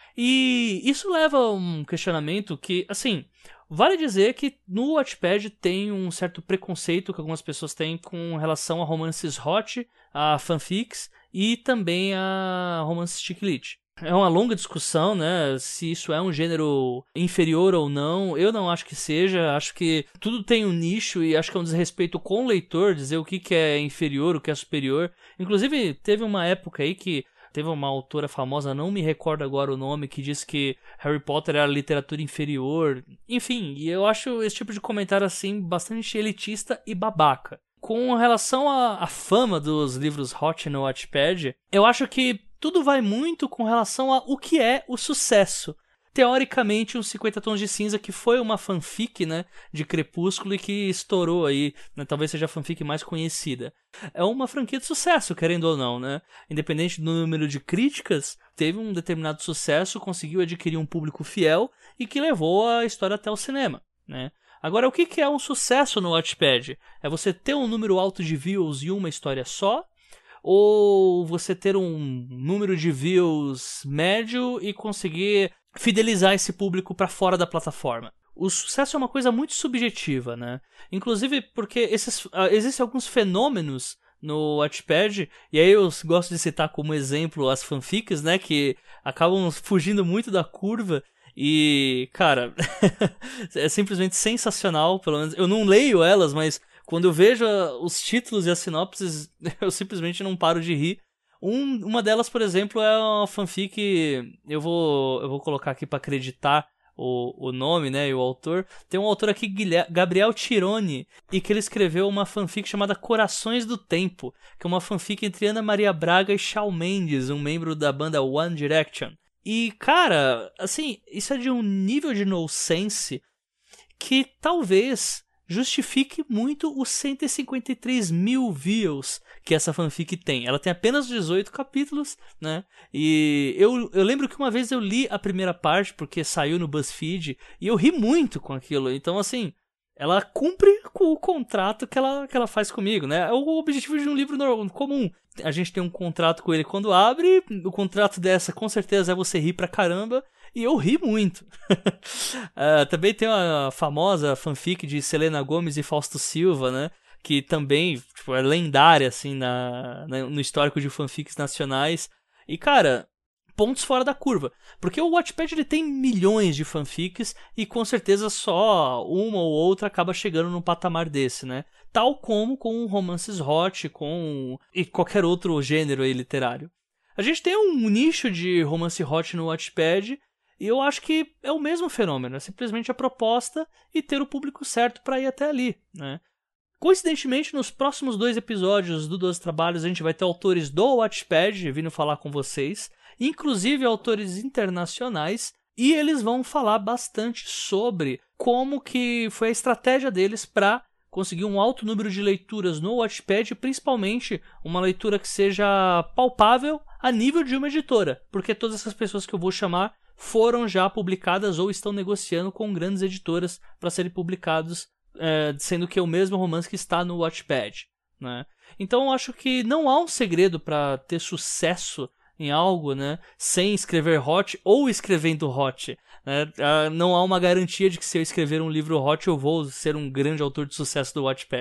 E isso leva a um questionamento que, assim, vale dizer que no Wattpad tem um certo preconceito que algumas pessoas têm com relação a romances hot, a fanfics, e também a romances chick lit. É uma longa discussão, né, se isso é um gênero inferior ou não. Eu não acho que seja, acho que tudo tem um nicho e acho que é um desrespeito com o leitor dizer o que, que é inferior, o que é superior. Inclusive, teve uma época aí que teve uma autora famosa, não me recordo agora o nome, que disse que Harry Potter era literatura inferior. Enfim, e eu acho esse tipo de comentário assim bastante elitista e babaca. Com relação à, à fama dos livros hot no Wattpad, eu acho que tudo vai muito com relação a o que é o sucesso. Teoricamente, os cinquenta Tons de Cinza, que foi uma fanfic, né, de Crepúsculo e que estourou aí, né, talvez seja a fanfic mais conhecida. É uma franquia de sucesso, querendo ou não, né? Independente do número de críticas, teve um determinado sucesso, conseguiu adquirir um público fiel e que levou a história até o cinema, né? Agora, o que é um sucesso no Wattpad? É você ter um número alto de views e uma história só? Ou você ter um número de views médio e conseguir fidelizar esse público para fora da plataforma? O sucesso é uma coisa muito subjetiva, né? Inclusive porque esses, uh, existem alguns fenômenos no Wattpad, e aí eu gosto de citar como exemplo as fanfics, né? Que acabam fugindo muito da curva. E, cara, é simplesmente sensacional, pelo menos. Eu não leio elas, mas quando eu vejo os títulos e as sinopses, eu simplesmente não paro de rir. Um, uma delas, por exemplo, é uma fanfic, eu vou, eu vou colocar aqui pra acreditar o, o nome, né, e o autor. Tem um autor aqui, Gabriel Tironi, e que ele escreveu uma fanfic chamada Corações do Tempo, que é uma fanfic entre Ana Maria Braga e Shawn Mendes, um membro da banda One Direction. E, cara, assim, isso é de um nível de nonsense que talvez justifique muito os cento e cinquenta e três mil views que essa fanfic tem. Ela tem apenas dezoito capítulos, né? E eu, eu lembro que uma vez eu li a primeira parte, porque saiu no BuzzFeed, e eu ri muito com aquilo. Então, assim, ela cumpre com o contrato que ela, que ela faz comigo, né? É o objetivo de um livro comum. A gente tem um contrato com ele quando abre, o contrato dessa com certeza é você rir pra caramba, e eu ri muito. uh, também tem uma famosa fanfic de Selena Gomez e Fausto Silva, né? Que também tipo, é lendária assim, na, na, no histórico de fanfics nacionais. E, cara, pontos fora da curva. Porque o Wattpad ele tem milhões de fanfics e com certeza só uma ou outra acaba chegando num patamar desse, né? Tal como com romances hot, com e qualquer outro gênero aí literário. A gente tem um nicho de romance hot no Wattpad e eu acho que é o mesmo fenômeno, é simplesmente a proposta e ter o público certo para ir até ali, né? Coincidentemente, nos próximos dois episódios do doze Trabalhos a gente vai ter autores do Wattpad vindo falar com vocês, inclusive autores internacionais, e eles vão falar bastante sobre como que foi a estratégia deles para conseguir um alto número de leituras no Wattpad, principalmente uma leitura que seja palpável a nível de uma editora, porque todas essas pessoas que eu vou chamar foram já publicadas ou estão negociando com grandes editoras para serem publicados, é, sendo que é o mesmo romance que está no Wattpad, né? Então eu acho que não há um segredo para ter sucesso em algo, né, sem escrever hot ou escrevendo hot, né? Não há uma garantia de que se eu escrever um livro hot eu vou ser um grande autor de sucesso do Wattpad.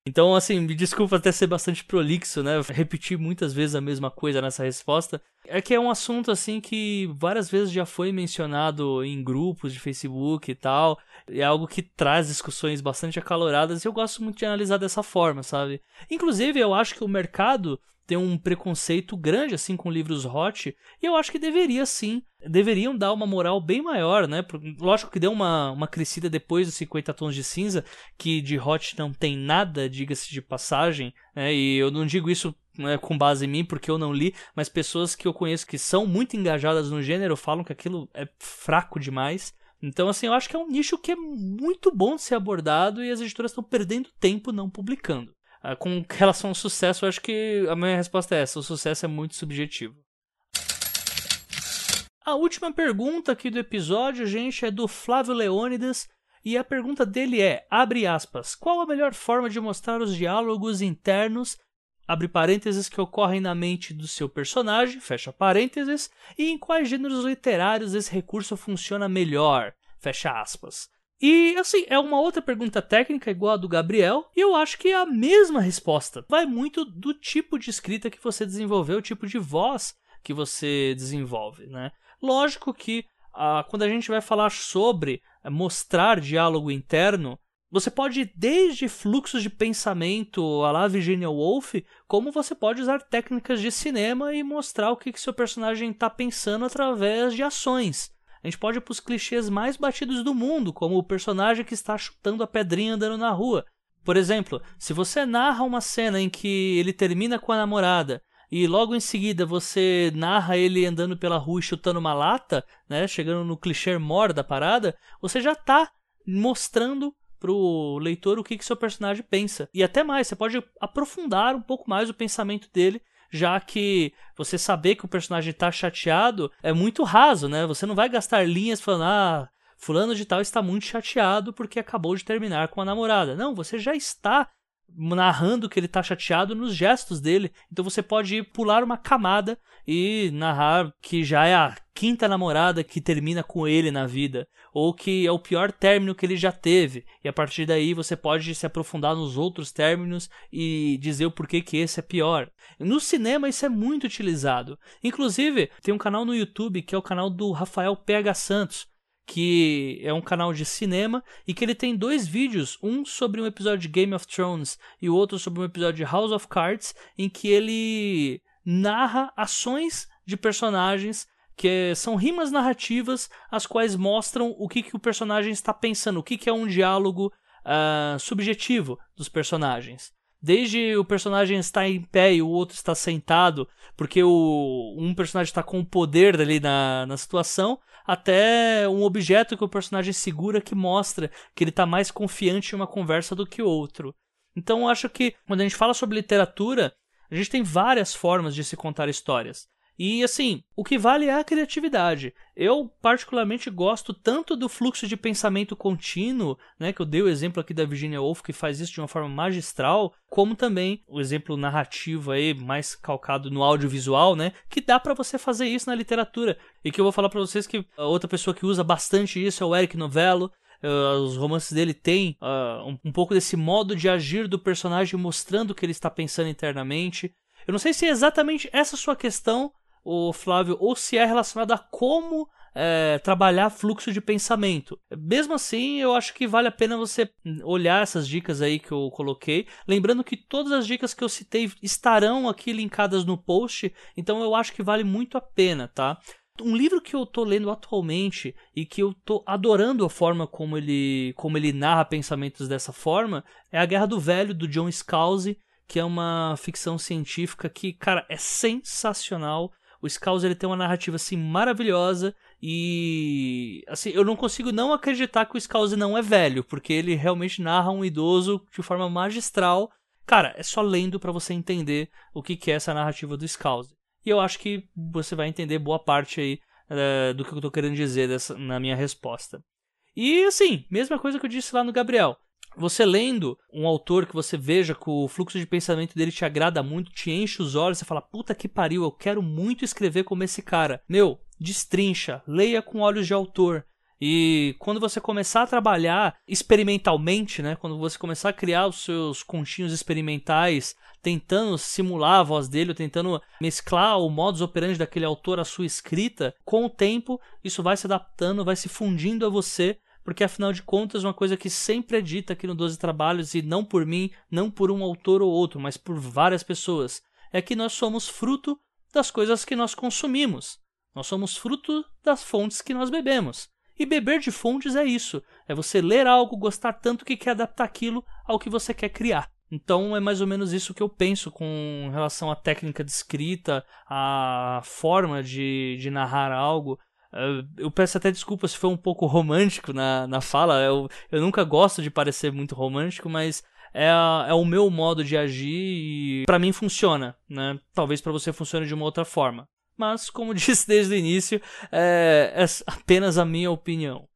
Então, assim, me desculpa até ser bastante prolixo, né? Repetir muitas vezes a mesma coisa nessa resposta. É que é um assunto, assim, que várias vezes já foi mencionado em grupos de Facebook e tal. É algo que traz discussões bastante acaloradas e eu gosto muito de analisar dessa forma, sabe? Inclusive, eu acho que o mercado tem um preconceito grande, assim, com livros hot, e eu acho que deveria, sim, deveriam dar uma moral bem maior, né? Lógico que deu uma, uma crescida depois dos cinquenta Tons de Cinza, que de hot não tem nada, diga-se de passagem, né? E eu não digo isso, né, com base em mim, porque eu não li, mas pessoas que eu conheço que são muito engajadas no gênero falam que aquilo é fraco demais. Então, assim, eu acho que é um nicho que é muito bom de ser abordado e as editoras estão perdendo tempo não publicando. Com relação ao sucesso, eu acho que a minha resposta é essa. O sucesso é muito subjetivo. A última pergunta aqui do episódio, gente, é do Flávio Leônidas. E a pergunta dele é, abre aspas, qual a melhor forma de mostrar os diálogos internos, abre parênteses, que ocorrem na mente do seu personagem, fecha parênteses, e em quais gêneros literários esse recurso funciona melhor, fecha aspas. E, assim, é uma outra pergunta técnica igual a do Gabriel, e eu acho que é a mesma resposta. Vai muito do tipo de escrita que você desenvolveu, o tipo de voz que você desenvolve, né? Lógico que, ah, quando a gente vai falar sobre mostrar diálogo interno, você pode ir desde fluxos de pensamento à la Virginia Woolf, como você pode usar técnicas de cinema e mostrar o que, que seu personagem está pensando através de ações. A gente pode ir para os clichês mais batidos do mundo, como o personagem que está chutando a pedrinha andando na rua. Por exemplo, se você narra uma cena em que ele termina com a namorada e logo em seguida você narra ele andando pela rua e chutando uma lata, né, chegando no clichê mor da parada, você já está mostrando pro leitor o que, que seu personagem pensa. E até mais, você pode aprofundar um pouco mais o pensamento dele, já que você saber que o personagem está chateado é muito raso, né? Você não vai gastar linhas falando, ah, fulano de tal está muito chateado porque acabou de terminar com a namorada. Não, você já está narrando que ele está chateado nos gestos dele. Então você pode pular uma camada e narrar que já é a quinta namorada que termina com ele na vida, ou que é o pior término que ele já teve, e a partir daí você pode se aprofundar nos outros términos e dizer o porquê que esse é pior. No cinema isso é muito utilizado. Inclusive, tem um canal no YouTube que é o canal do Rafael P H Santos, que é um canal de cinema e que ele tem dois vídeos, um sobre um episódio de Game of Thrones e o outro sobre um episódio de House of Cards, em que ele narra ações de personagens que são rimas narrativas, as quais mostram o que, que o personagem está pensando, o que, que é um diálogo uh, subjetivo dos personagens. Desde o personagem estar em pé e o outro está sentado, porque o, um personagem está com o poder ali na, na situação, até um objeto que o personagem segura que mostra que ele está mais confiante em uma conversa do que o outro. Então eu acho que quando a gente fala sobre literatura, a gente tem várias formas de se contar histórias. E assim, o que vale é a criatividade. Eu particularmente gosto tanto do fluxo de pensamento contínuo, né, que eu dei o exemplo aqui da Virginia Woolf, que faz isso de uma forma magistral, como também o exemplo narrativo aí, mais calcado no audiovisual, né, que dá pra você fazer isso na literatura. E que eu vou falar pra vocês que a outra pessoa que usa bastante isso é o Eric Novello. Uh, os romances dele têm uh, um, um pouco desse modo de agir do personagem, mostrando o que ele está pensando internamente. Eu não sei se é exatamente essa sua questão, o Flávio, ou se é relacionado a como é, trabalhar fluxo de pensamento. Mesmo assim, eu acho que vale a pena você olhar essas dicas aí que eu coloquei, lembrando que todas as dicas que eu citei estarão aqui linkadas no post, então eu acho que vale muito a pena, tá? Um livro que eu tô lendo atualmente e que eu tô adorando a forma como ele, como ele narra pensamentos dessa forma é A Guerra do Velho, do John Scalzi, que é uma ficção científica que, cara, é sensacional. O Scalzi, ele tem uma narrativa, assim, maravilhosa e, assim, eu não consigo não acreditar que o Scalzi não é velho, porque ele realmente narra um idoso de forma magistral. Cara, é só lendo pra você entender o que é essa narrativa do Scalzi. E eu acho que você vai entender boa parte aí uh, do que eu tô querendo dizer dessa, na minha resposta. E, assim, mesma coisa que eu disse lá no Gabriel. Você lendo um autor que você veja que o fluxo de pensamento dele te agrada muito, te enche os olhos, você fala, puta que pariu, eu quero muito escrever como esse cara. Meu, destrincha, leia com olhos de autor. E quando você começar a trabalhar experimentalmente, né, quando você começar a criar os seus continhos experimentais, tentando simular a voz dele, ou tentando mesclar o modus operandi daquele autor à sua escrita, com o tempo isso vai se adaptando, vai se fundindo a você, porque afinal de contas uma coisa que sempre é dita aqui no doze Trabalhos, e não por mim, não por um autor ou outro, mas por várias pessoas, é que nós somos fruto das coisas que nós consumimos. Nós somos fruto das fontes que nós bebemos. E beber de fontes é isso. É você ler algo, gostar tanto que quer adaptar aquilo ao que você quer criar. Então é mais ou menos isso que eu penso com relação à técnica de escrita, à forma de, de narrar algo. Eu peço até desculpa se foi um pouco romântico na, na fala. Eu, eu nunca gosto de parecer muito romântico, mas é, é o meu modo de agir e pra mim funciona, né? Talvez pra você funcione de uma outra forma. Mas, como disse desde o início, é, é apenas a minha opinião.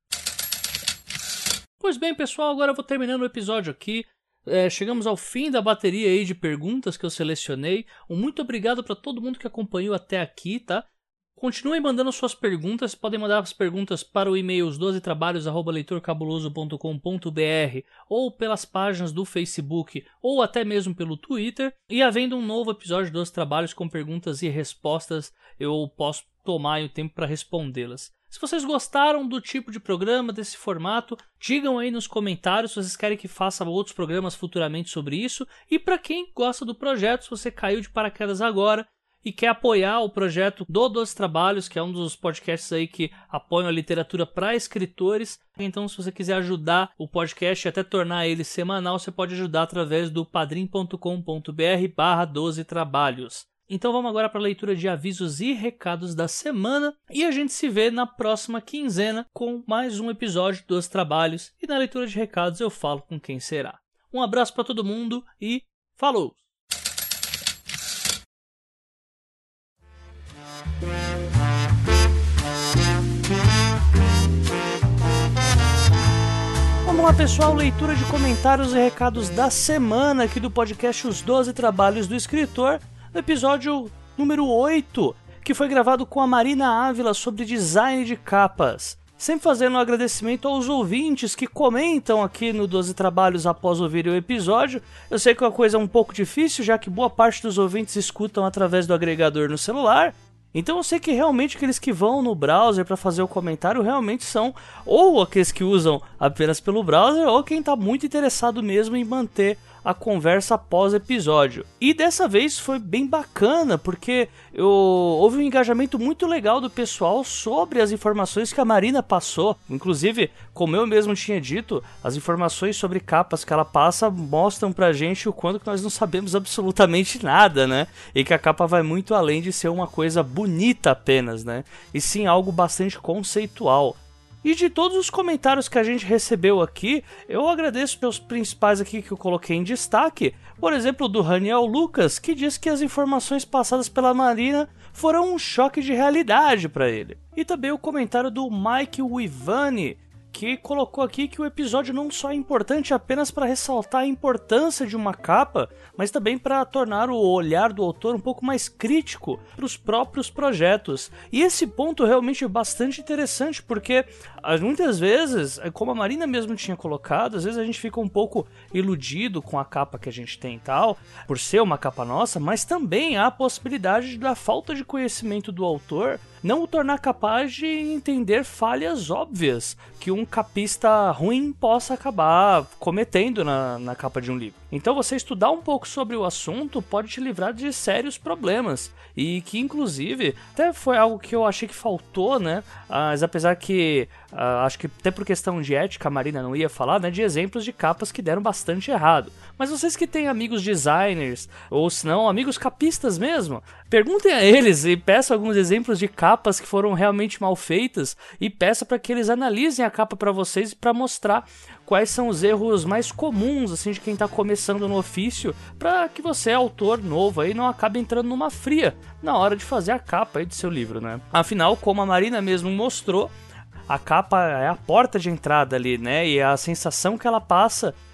Pois bem, pessoal, agora eu vou terminando o episódio aqui. É, chegamos ao fim da bateria aí de perguntas que eu selecionei. Um muito obrigado para todo mundo que acompanhou até aqui, tá? Continuem mandando suas perguntas, podem mandar as perguntas para o e-mail os doze trabalhos arroba leitor cabuloso ponto com ponto b r ou pelas páginas do Facebook ou até mesmo pelo Twitter. E havendo um novo episódio de doze Trabalhos com perguntas e respostas, eu posso tomar o tempo para respondê-las. Se vocês gostaram do tipo de programa, desse formato, digam aí nos comentários se vocês querem que faça outros programas futuramente sobre isso. E para quem gosta do projeto, se você caiu de paraquedas agora e quer apoiar o projeto do doze Trabalhos, que é um dos podcasts aí que apoiam a literatura para escritores. Então, se você quiser ajudar o podcast e até tornar ele semanal, você pode ajudar através do padrim ponto com ponto b r barra doze trabalhos. Então vamos agora para a leitura de avisos e recados da semana, e a gente se vê na próxima quinzena com mais um episódio dos Trabalhos, e na leitura de recados eu falo com quem será. Um abraço para todo mundo e falou! Vamos lá, pessoal, leitura de comentários e recados da semana aqui do podcast Os doze Trabalhos do Escritor, no episódio número oito, que foi gravado com a Marina Ávila sobre design de capas. Sempre fazendo um agradecimento aos ouvintes que comentam aqui no doze Trabalhos após ouvirem o episódio. Eu sei que é uma coisa um pouco difícil, já que boa parte dos ouvintes escutam através do agregador no celular. Então eu sei que realmente aqueles que vão no browser para fazer o comentário realmente são ou aqueles que usam apenas pelo browser ou quem está muito interessado mesmo em manter a conversa após episódio. E dessa vez foi bem bacana, porque eu, houve um engajamento muito legal do pessoal sobre as informações que a Marina passou. Inclusive, como eu mesmo tinha dito, as informações sobre capas que ela passa mostram pra gente o quanto que nós não sabemos absolutamente nada, né? E que a capa vai muito além de ser uma coisa bonita apenas, né? E sim algo bastante conceitual. E de todos os comentários que a gente recebeu aqui, eu agradeço pelos principais aqui que eu coloquei em destaque. Por exemplo, do Raniel Lucas, que diz que as informações passadas pela Marina foram um choque de realidade para ele. E também o comentário do Mike Wivani, que colocou aqui que o episódio não só é importante apenas para ressaltar a importância de uma capa, mas também para tornar o olhar do autor um pouco mais crítico para os próprios projetos. E esse ponto realmente é bastante interessante, porque muitas vezes, como a Marina mesmo tinha colocado, às vezes a gente fica um pouco iludido com a capa que a gente tem e tal, por ser uma capa nossa, mas também há a possibilidade da falta de conhecimento do autor não o tornar capaz de entender falhas óbvias que um capista ruim possa acabar cometendo na, na capa de um livro. Então você estudar um pouco sobre o assunto pode te livrar de sérios problemas, e que inclusive até foi algo que eu achei que faltou, né? Mas apesar que uh, acho que até por questão de ética a Marina não ia falar, né, de exemplos de capas que deram bastante errado. Mas vocês que têm amigos designers, ou se não, amigos capistas mesmo, perguntem a eles e peçam alguns exemplos de capas que foram realmente mal feitas e peça para que eles analisem a capa para vocês para mostrar quais são os erros mais comuns assim de quem está começando no ofício, para que você, autor novo, aí não acabe entrando numa fria na hora de fazer a capa aí do seu livro, né? Afinal, como a Marina mesmo mostrou, a capa é a porta de entrada ali, né? E a sensação que ela passa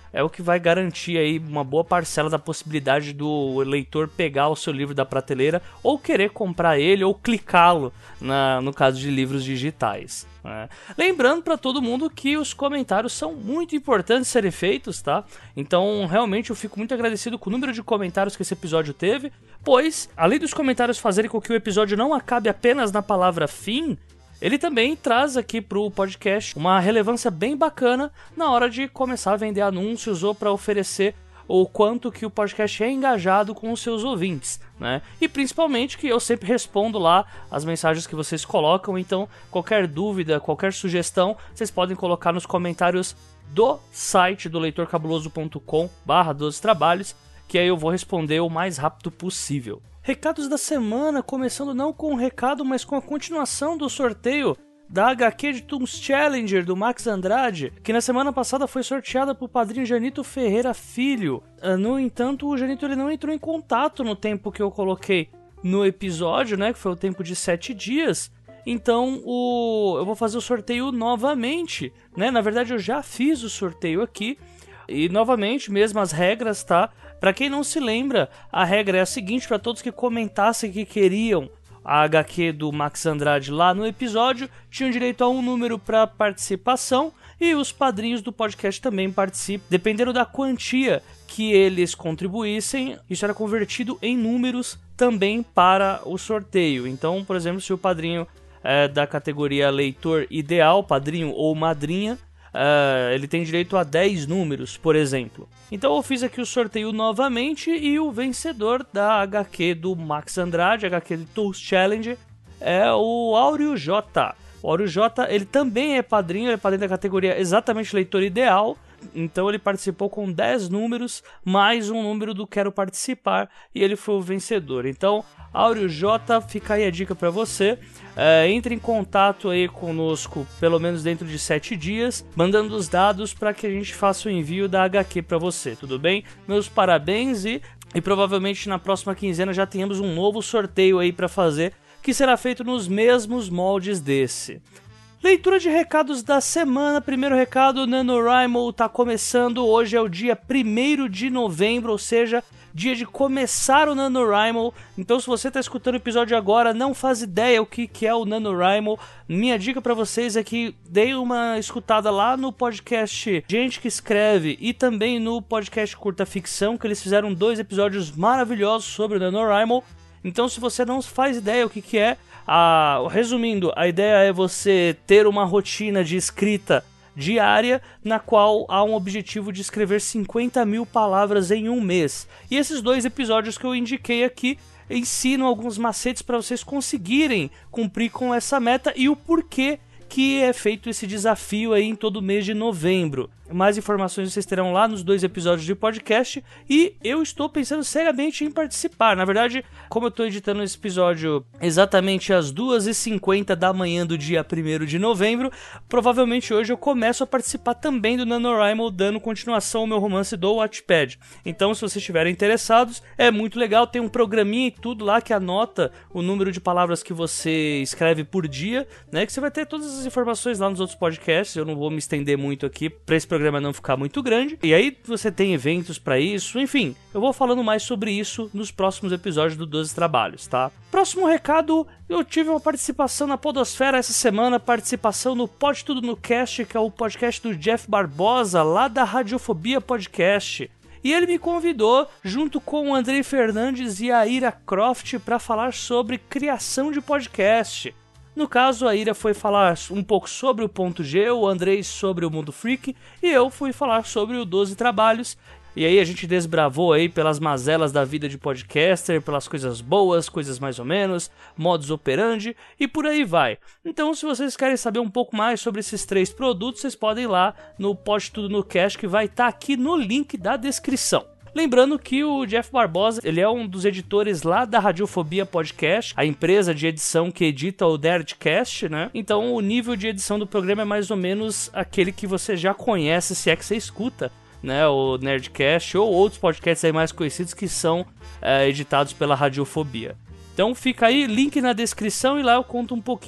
é o que vai garantir aí uma boa parcela da possibilidade do leitor pegar o seu livro da prateleira ou querer comprar ele ou clicá-lo na, no caso de livros digitais. É. Lembrando para todo mundo que os comentários são muito importantes serem feitos, tá? Então, realmente, eu fico muito agradecido com o número de comentários que esse episódio teve, pois, além dos comentários fazerem com que o episódio não acabe apenas na palavra fim, ele também traz aqui pro podcast uma relevância bem bacana na hora de começar a vender anúncios ou para oferecer o quanto que o podcast é engajado com os seus ouvintes, né? E principalmente que eu sempre respondo lá as mensagens que vocês colocam, então qualquer dúvida, qualquer sugestão, vocês podem colocar nos comentários do site do leitor cabuloso ponto com barra doze trabalhos, que aí eu vou responder o mais rápido possível. Recados da semana, começando não com o recado, mas com a continuação do sorteio da agá quê de Toons Challenger, do Max Andrade, que na semana passada foi sorteada por padrinho Janito Ferreira Filho. No entanto, o Janito ele não entrou em contato no tempo que eu coloquei no episódio, né, que foi o tempo de sete dias. Então, o... eu vou fazer o sorteio novamente, né? Na verdade, eu já fiz o sorteio aqui. E, novamente, mesmas regras, tá? Pra quem não se lembra, a regra é a seguinte, para todos que comentassem que queriam a agá quê do Max Andrade lá no episódio, tinham direito a um número para participação e os padrinhos do podcast também participam. Dependendo da quantia que eles contribuíssem, isso era convertido em números também para o sorteio. Então, por exemplo, se o padrinho é da categoria leitor ideal, padrinho ou madrinha, Uh, ele tem direito a dez números, por exemplo. Então eu fiz aqui o sorteio novamente e o vencedor da agá quê do Max Andrade, agá quê de Toons Challenge, é o Áureo J. O Áureo J, ele também é padrinho, ele é padrinho da categoria exatamente leitor ideal. Então ele participou com dez números, mais um número do Quero Participar, e ele foi o vencedor. Então, Áureo J, fica aí a dica para você. É, entre em contato aí conosco, pelo menos dentro de sete dias, mandando os dados para que a gente faça o envio da agá quê para você, tudo bem? Meus parabéns e, e provavelmente na próxima quinzena já tenhamos um novo sorteio aí para fazer, que será feito nos mesmos moldes desse. Leitura de recados da semana. Primeiro recado, NaNoWriMo tá começando. Hoje é o dia primeiro de novembro, ou seja, dia de começar o NaNoWriMo. Então, se você tá escutando o episódio agora, não faz ideia o que, que é o NaNoWriMo, minha dica para vocês é que deem uma escutada lá no podcast Gente que Escreve e também no podcast Curta Ficção, que eles fizeram dois episódios maravilhosos sobre o NaNoWriMo. Então, se você não faz ideia o que, que é, a... resumindo, a ideia é você ter uma rotina de escrita diária, na qual há um objetivo de escrever cinquenta mil palavras em um mês. E esses dois episódios que eu indiquei aqui ensinam alguns macetes para vocês conseguirem cumprir com essa meta e o porquê que é feito esse desafio aí em todo mês de novembro. Mais informações vocês terão lá nos dois episódios de podcast e eu estou pensando seriamente em participar. Na verdade, como eu estou editando esse episódio exatamente às duas e cinquenta da manhã do dia primeiro de novembro, provavelmente hoje eu começo a participar também do NaNoWriMo, dando continuação ao meu romance do Wattpad. Então, se vocês estiverem interessados, é muito legal, tem um programinha e tudo lá que anota o número de palavras que você escreve por dia, né? Que você vai ter todas as informações lá nos outros podcasts, eu não vou me estender muito aqui para esse programa não ficar muito grande, e aí você tem eventos para isso, enfim, eu vou falando mais sobre isso nos próximos episódios do doze Trabalhos, tá? Próximo recado, eu tive uma participação na Podosfera essa semana, participação no Pode Tudo no Cast, que é o podcast do Jeff Barbosa, lá da Radiofobia Podcast. E ele me convidou, junto com o Andrei Fernandes e a Ira Croft, para falar sobre criação de podcast. No caso, a Ira foi falar um pouco sobre o Ponto G, o Andrei sobre o Mundo Freak, e eu fui falar sobre o doze Trabalhos. E aí a gente desbravou aí pelas mazelas da vida de podcaster, pelas coisas boas, coisas mais ou menos, modus operandi e por aí vai. Então, se vocês querem saber um pouco mais sobre esses três produtos, vocês podem ir lá no Pode Tudo no Cast, que vai estar aqui no link da descrição. Lembrando que o Jeff Barbosa, ele é um dos editores lá da Radiofobia Podcast, a empresa de edição que edita o Nerdcast, né? Então o nível de edição do programa é mais ou menos aquele que você já conhece, se é que você escuta, né? O Nerdcast ou outros podcasts aí mais conhecidos que são é, editados pela Radiofobia. Então fica aí, link na descrição e lá eu conto um pouquinho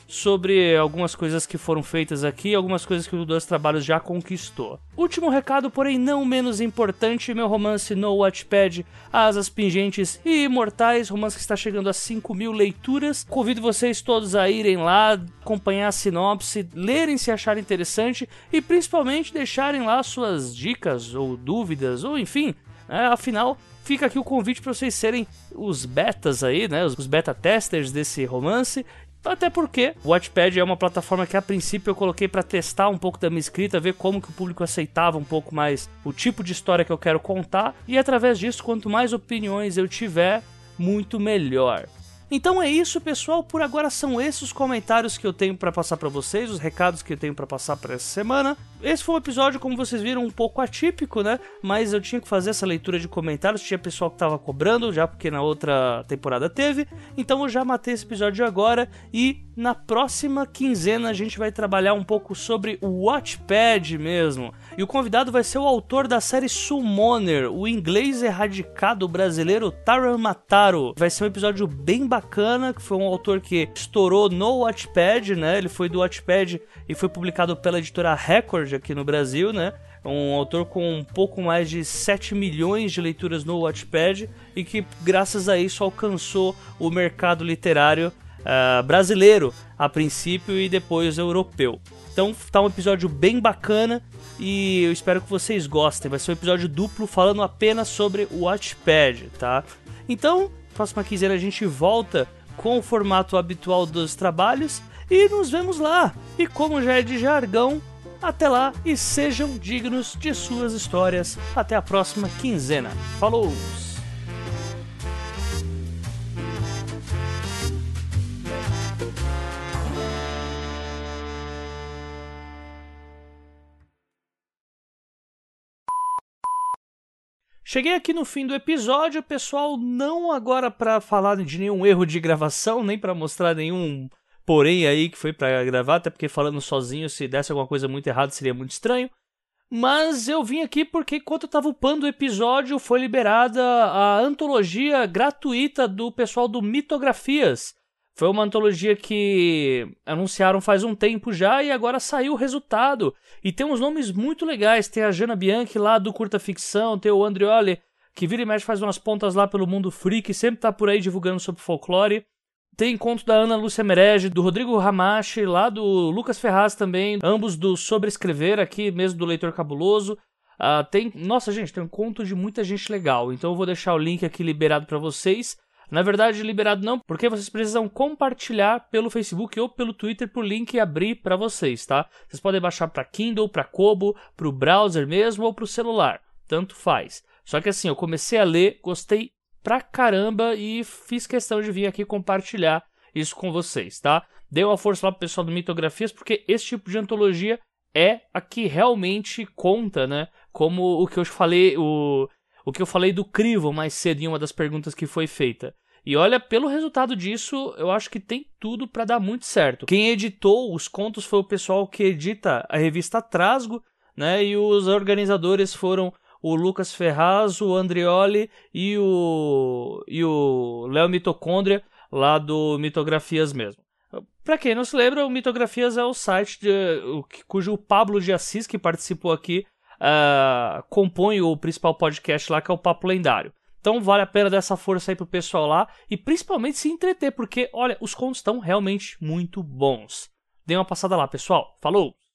sobre algumas coisas que foram feitas aqui, algumas coisas que o Doze Trabalhos já conquistou. Último recado, porém não menos importante, meu romance no Wattpad, Asas Pingentes e Imortais, romance que está chegando a cinco mil leituras. Convido vocês todos a irem lá, acompanhar a sinopse, lerem se acharem interessante e principalmente deixarem lá suas dicas ou dúvidas, ou enfim, né, afinal... Fica aqui o convite para vocês serem os betas aí, né, os beta testers desse romance, até porque o Wattpad é uma plataforma que a princípio eu coloquei para testar um pouco da minha escrita, ver como que o público aceitava um pouco mais o tipo de história que eu quero contar, e através disso, quanto mais opiniões eu tiver, muito melhor. Então é isso, pessoal, por agora são esses os comentários que eu tenho para passar para vocês, os recados que eu tenho para passar para essa semana. Esse foi um episódio, como vocês viram, um pouco atípico, né? Mas eu tinha que fazer essa leitura de comentários, tinha pessoal que tava cobrando, já porque na outra temporada teve. Então eu já matei esse episódio agora e na próxima quinzena a gente vai trabalhar um pouco sobre o Wattpad mesmo. E o convidado vai ser o autor da série Summoner, o inglês erradicado brasileiro Taran Mataro. Vai ser um episódio bem bacana, que foi um autor que estourou no Wattpad, né? Ele foi do Wattpad e foi publicado pela editora Record aqui no Brasil, né? Um autor com um pouco mais de sete milhões de leituras no Wattpad e que, graças a isso, alcançou o mercado literário uh, brasileiro a princípio e depois europeu. Então tá um episódio bem bacana e eu espero que vocês gostem. Vai ser um episódio duplo falando apenas sobre o Wattpad, tá? Então, próxima quinzena a gente volta com o formato habitual dos trabalhos e nos vemos lá. E como já é de jargão, até lá e sejam dignos de suas histórias. Até a próxima quinzena. Falou! Cheguei aqui no fim do episódio, pessoal, não agora para falar de nenhum erro de gravação, nem para mostrar nenhum porém aí que foi para gravar, até porque falando sozinho, se desse alguma coisa muito errada seria muito estranho. Mas eu vim aqui porque enquanto eu tava upando o episódio, foi liberada a antologia gratuita do pessoal do Mitografias. Foi uma antologia que anunciaram faz um tempo já e agora saiu o resultado. E tem uns nomes muito legais. Tem a Jana Bianchi lá do Curta Ficção, tem o Andrioli, que vira e mexe faz umas pontas lá pelo mundo freak, sempre tá por aí divulgando sobre folclore. Tem conto da Ana Lúcia Merege, do Rodrigo Hamashi, lá do Lucas Ferraz também, ambos do Sobrescrever, aqui mesmo do Leitor Cabuloso. Uh, tem, nossa gente, tem um conto de muita gente legal, então eu vou deixar o link aqui liberado para vocês. Na verdade, liberado não, porque vocês precisam compartilhar pelo Facebook ou pelo Twitter pro link abrir para vocês, tá? Vocês podem baixar para Kindle, para Kobo, pro browser mesmo ou pro celular, tanto faz. Só que assim, eu comecei a ler, gostei pra caramba e fiz questão de vir aqui compartilhar isso com vocês, tá? Dê uma força lá pro pessoal do Mitografias, porque esse tipo de antologia é a que realmente conta, né? Como o que eu falei, o... O que eu falei do crivo mais cedo em uma das perguntas que foi feita. E olha, pelo resultado disso, eu acho que tem tudo para dar muito certo. Quem editou os contos foi o pessoal que edita a revista Trasgo, né? E os organizadores foram o Lucas Ferraz, o Andrioli e o e o Léo Mitocôndria, lá do Mitografias mesmo. Para quem não se lembra, o Mitografias é o site de, o, cujo Pablo de Assis, que participou aqui, Uh, compõe o principal podcast lá, que é o Papo Lendário. Então vale a pena dar essa força aí pro pessoal lá e principalmente se entreter, porque olha, os contos estão realmente muito bons. Dê uma passada lá, pessoal. Falou!